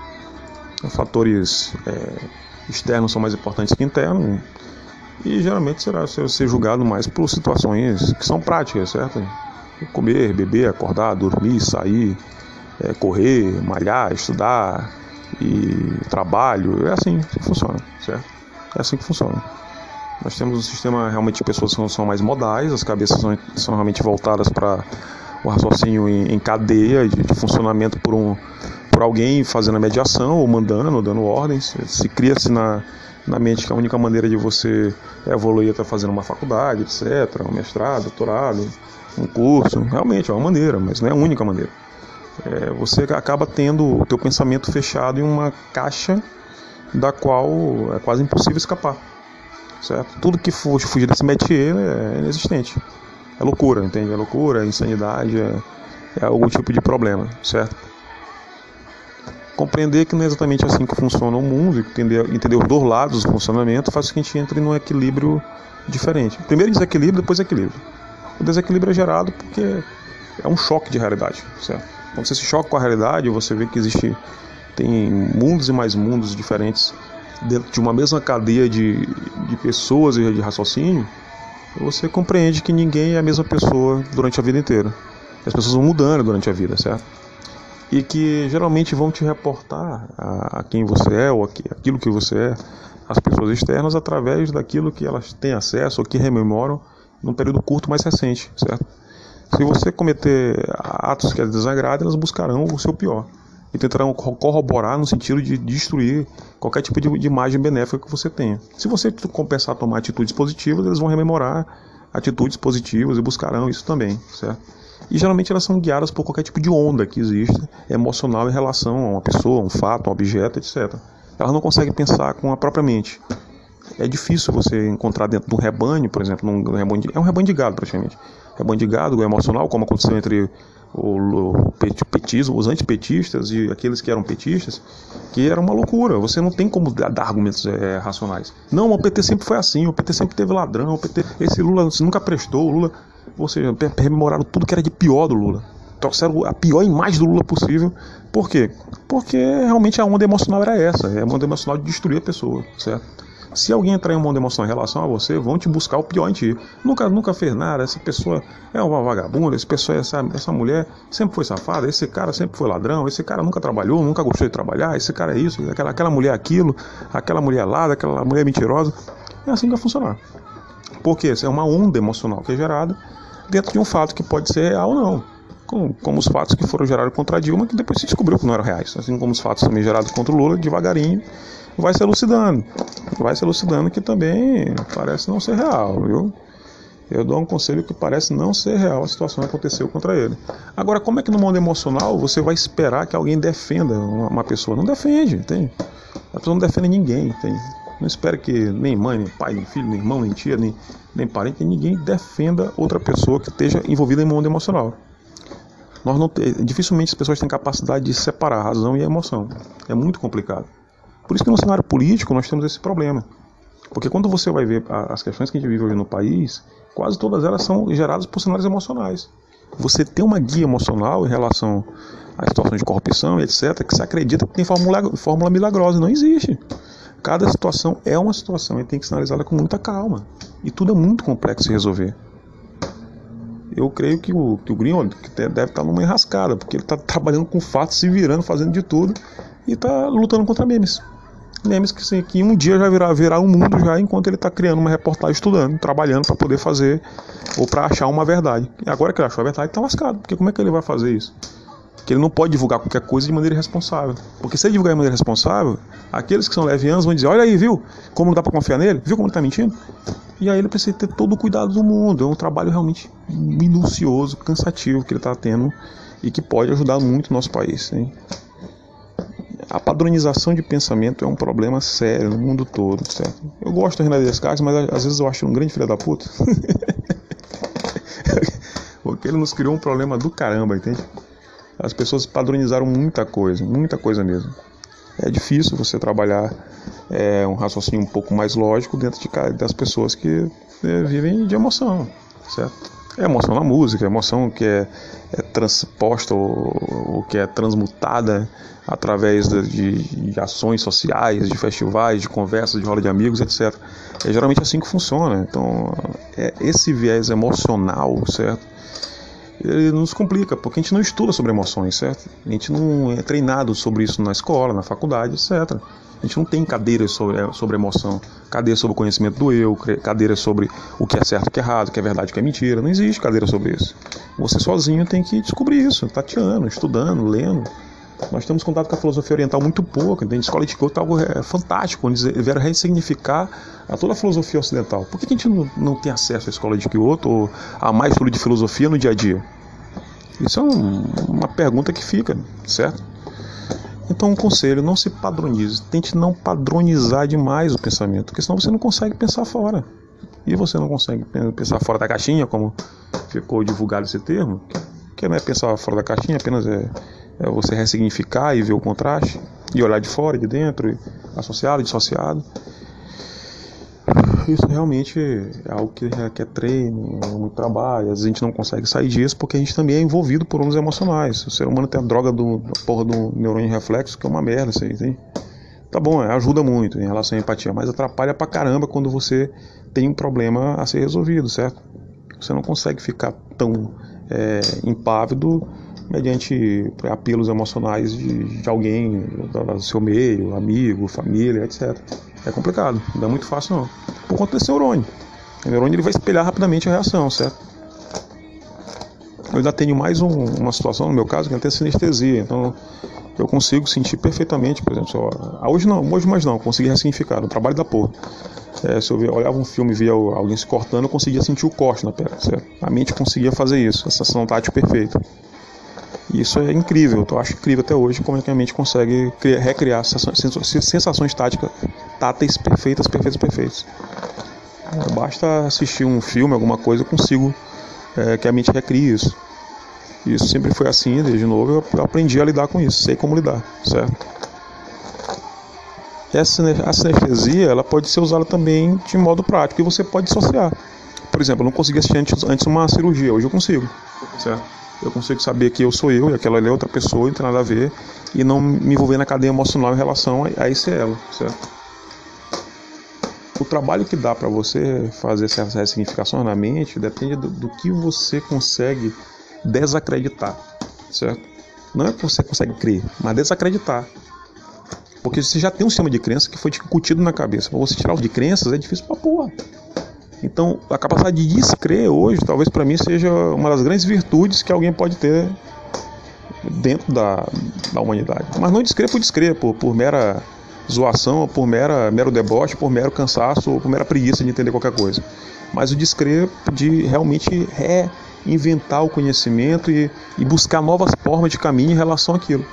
Fatores é, externos são mais importantes que internos. E geralmente será ser julgado mais por situações que são práticas, certo? Comer, beber, acordar, dormir, sair, é, correr, malhar, estudar e trabalho. É assim que funciona, certo? É assim que funciona. Nós temos um sistema realmente de pessoas que são mais modais, as cabeças são, são realmente voltadas para o raciocínio em, em cadeia de, de funcionamento por, um, por alguém fazendo a mediação ou mandando, dando ordens. Se cria-se na, na mente que a única maneira de você evoluir é estar fazendo uma faculdade, etcétera, um mestrado, doutorado, um curso. Realmente é uma maneira, mas não é a única maneira. É, você acaba tendo o teu pensamento fechado em uma caixa da qual é quase impossível escapar. Certo? Tudo que for fugir desse métier é inexistente. É loucura, entende? É loucura, é insanidade, é, é algum tipo de problema, certo? Compreender que não é exatamente assim que funciona o mundo, entender, entender os dois lados do funcionamento, faz com que a gente entre num equilíbrio diferente. Primeiro desequilíbrio, depois equilíbrio. O desequilíbrio é gerado porque é um choque de realidade, certo? Quando você se choca com a realidade, você vê que existe, tem mundos e mais mundos diferentes dentro de uma mesma cadeia de, de pessoas e de raciocínio. Você compreende que ninguém é a mesma pessoa durante a vida inteira. As pessoas vão mudando durante a vida, certo? E que geralmente vão te reportar a, a quem você é ou a, aquilo que você é, as pessoas externas, através daquilo que elas têm acesso ou que rememoram num período curto mais recente, certo? Se você cometer atos que as desagradem, elas buscarão o seu pior e tentarão corroborar no sentido de destruir qualquer tipo de, de imagem benéfica que você tenha. Se você compensar a tomar atitudes positivas, eles vão rememorar atitudes positivas e buscarão isso também, certo? E geralmente elas são guiadas por qualquer tipo de onda que existe, emocional, em relação a uma pessoa, um fato, um objeto, etcétera. Elas não conseguem pensar com a própria mente. É difícil você encontrar dentro de um rebanho, por exemplo, num rebanho de, é um rebanho de gado praticamente. Rebanho de gado emocional, como aconteceu entre o, o petismo, os antipetistas e aqueles que eram petistas, que era uma loucura. Você não tem como dar argumentos é, racionais. Não, o P T sempre foi assim, o P T sempre teve ladrão, o P T, esse Lula nunca prestou, o Lula, ou seja, rememoraram tudo que era de pior do Lula. Trouxeram a pior imagem do Lula possível. Por quê? Porque realmente a onda emocional era essa, é a onda emocional de destruir a pessoa, certo? Se alguém entrar em uma onda emocional em relação a você, vão te buscar o pior em ti. Nunca, nunca fez nada, essa pessoa é uma vagabunda, essa pessoa, essa, essa mulher sempre foi safada, esse cara sempre foi ladrão, esse cara nunca trabalhou, nunca gostou de trabalhar, esse cara é isso, aquela, aquela mulher é aquilo, aquela mulher é lá, aquela mulher é mentirosa. É assim que vai funcionar. Porque essa é uma onda emocional que é gerada dentro de um fato que pode ser real ou não. Como, como os fatos que foram gerados contra a Dilma, que depois se descobriu que não eram reais. Assim como os fatos também gerados contra o Lula, devagarinho, vai se elucidando. Vai se elucidando que também parece não ser real, viu? Eu dou um conselho que parece não ser real a situação que aconteceu contra ele. Agora, como é que no mundo emocional você vai esperar que alguém defenda uma, uma pessoa? Não defende, entende? A pessoa não defende ninguém, entende? Não espera que nem mãe, nem pai, nem filho, nem irmão, nem tia, nem, nem parente, ninguém defenda outra pessoa que esteja envolvida em mundo emocional. Nós não, dificilmente as pessoas têm capacidade de separar a razão e a emoção. É muito complicado. Por isso que no cenário político nós temos esse problema. Porque quando você vai ver as questões que a gente vive hoje no país, quase todas elas são geradas por cenários emocionais. Você tem uma guia emocional em relação à situação de corrupção e etcétera, que você acredita que tem fórmula, fórmula milagrosa. Não existe. Cada situação é uma situação e tem que ser analisada com muita calma. E tudo é muito complexo de resolver. Eu creio que o, que o Green deve estar numa enrascada, porque ele está trabalhando com fatos, se virando, fazendo de tudo, e está lutando contra memes. Memes que, assim, que um dia já virá, virá um mundo já, enquanto ele está criando uma reportagem, estudando, trabalhando para poder fazer, ou para achar uma verdade. E agora que ele achou a verdade, está lascado, porque como é que ele vai fazer isso? Porque ele não pode divulgar qualquer coisa de maneira irresponsável. Porque se ele divulgar de maneira responsável, aqueles que são levianos vão dizer, olha aí, viu? Como não dá para confiar nele? Viu como ele está mentindo? E aí ele precisa ter todo o cuidado do mundo. É um trabalho realmente minucioso, cansativo que ele está tendo e que pode ajudar muito o nosso país, hein? A padronização de pensamento é um problema sério no mundo todo, certo? Eu gosto do René Descartes, mas às vezes eu acho um grande filho da puta. Porque ele nos criou um problema do caramba, entende? As pessoas padronizaram muita coisa, muita coisa mesmo. É difícil você trabalhar é, um raciocínio um pouco mais lógico dentro de, das pessoas que é, vivem de emoção, certo? É emoção na música, é emoção que é, é transposta ou, ou que é transmutada através de, de, de ações sociais, de festivais, de conversas, de roda de amigos, etcétera. É geralmente assim que funciona. Então, é, esse viés emocional, certo? Ele nos complica, porque a gente não estuda sobre emoções, certo? A gente não é treinado sobre isso na escola, na faculdade, etcétera. A gente não tem cadeiras sobre, sobre emoção, cadeiras sobre o conhecimento do eu, cadeiras sobre o que é certo e o que é errado, o que é verdade e o que é mentira. Não existe cadeira sobre isso. Você sozinho tem que descobrir isso, tateando, estudando, lendo. Nós temos contato com a filosofia oriental muito pouco, entende? A escola de Kyoto é algo é, fantástico, onde vieram ressignificar a toda a filosofia ocidental. Por que a gente não, não tem acesso à escola de Kyoto ou a mais estudo de filosofia no dia a dia? Isso é um, uma pergunta que fica, certo? Então, um conselho, não se padronize. Tente não padronizar demais o pensamento, porque senão você não consegue pensar fora. E você não consegue pensar fora da caixinha, como ficou divulgado esse termo, que não é pensar fora da caixinha, apenas é, é você ressignificar e ver o contraste, e olhar de fora e de dentro, e associado e dissociado. Isso realmente é algo que requer treino, muito trabalho. Às vezes a gente não consegue sair disso porque a gente também é envolvido por ondas emocionais. O ser humano tem a droga do, da porra do neurônio reflexo, que é uma merda isso aí, tem? Tá bom, ajuda muito em relação à empatia, mas atrapalha pra caramba quando você tem um problema a ser resolvido, certo? Você não consegue ficar tão é, impávido mediante apelos emocionais de, de alguém do seu meio, amigo, família, etcétera. É complicado, não é muito fácil não. Por conta desse neurônio. O neurônio ele vai espelhar rapidamente a reação, certo? Eu ainda tenho mais um, uma situação, no meu caso, que é a sinestesia. Então, eu consigo sentir perfeitamente, por exemplo, se eu, hoje não, hoje mais não, consegui ressignificar, no trabalho da porra. É, se eu via, olhava um filme e via alguém se cortando, eu conseguia sentir o corte na pele, certo? A mente conseguia fazer isso, essa sensação tátil perfeita. E isso é incrível, eu acho incrível até hoje como é que a mente consegue criar, recriar sensações táticas, táteis perfeitas, perfeitas, perfeitas. Basta assistir um filme, alguma coisa, eu consigo é, que a mente recrie isso. Isso sempre foi assim, desde novo eu aprendi a lidar com isso, sei como lidar, certo? Essa, a sinestesia, ela pode ser usada também de modo prático e você pode dissociar. Por exemplo, eu não conseguia assistir antes, antes uma cirurgia, hoje eu consigo, certo? Eu consigo saber que eu sou eu e aquela ali é outra pessoa, não tem nada a ver, e não me envolver na cadeia emocional em relação a, a esse elo, certo? O trabalho que dá para você fazer essas ressignificações na mente depende do, do que você consegue desacreditar, certo? Não é que você consegue crer, mas desacreditar. Porque você já tem um sistema de crença que foi incutido na cabeça. Para você tirar o de crenças é difícil pra porra. Então, a capacidade de descrer hoje, talvez para mim seja uma das grandes virtudes que alguém pode ter dentro da, da humanidade. Mas não descrer por descrer, por, por mera zoação, por mera, mero deboche, por mero cansaço, ou por mera preguiça de entender qualquer coisa. Mas o descrer de realmente reinventar o conhecimento e, e buscar novas formas de caminho em relação àquilo.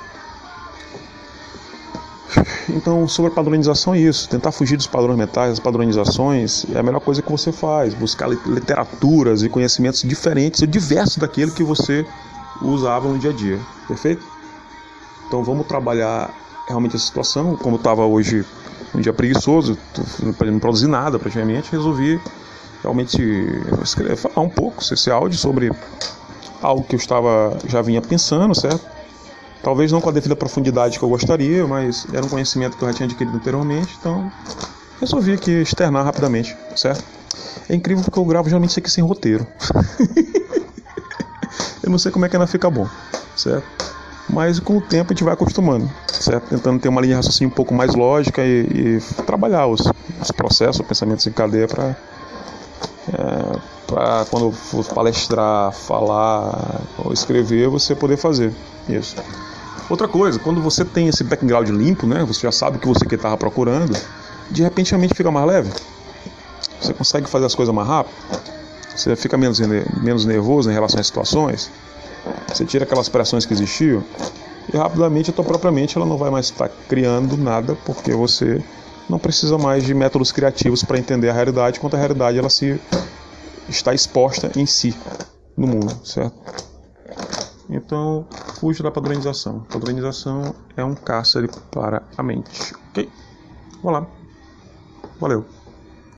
Então, sobre a padronização é isso, tentar fugir dos padrões mentais, das padronizações, é a melhor coisa que você faz, buscar literaturas e conhecimentos diferentes e diversos daquilo que você usava no dia a dia, perfeito? Então vamos trabalhar realmente essa situação, como eu estava hoje um dia preguiçoso, não produzi nada praticamente, resolvi realmente escrever, falar um pouco esse áudio sobre algo que eu estava, já vinha pensando, certo? Talvez não com a devida profundidade que eu gostaria, mas era um conhecimento que eu já tinha adquirido anteriormente, então resolvi aqui externar rapidamente, certo? É incrível porque eu gravo geralmente isso aqui sem roteiro. Eu não sei como é que ainda fica bom, certo? Mas com o tempo a gente vai acostumando, certo? Tentando ter uma linha de raciocínio um pouco mais lógica e, e trabalhar os, os processos, os pensamentos em cadeia para é, para quando eu for palestrar, falar ou escrever, você poder fazer isso. Outra coisa, quando você tem esse background limpo, né, você já sabe o que você estava procurando, de repente a mente fica mais leve. Você consegue fazer as coisas mais rápido, você fica menos, menos nervoso em relação às situações, você tira aquelas pressões que existiam. E rapidamente a tua própria mente ela não vai mais estar criando nada, porque você não precisa mais de métodos criativos para entender a realidade, enquanto a realidade ela se está exposta em si, no mundo, certo? Então, fuja da padronização. Padronização é um cárcere para a mente. Ok? Vamos lá. Valeu.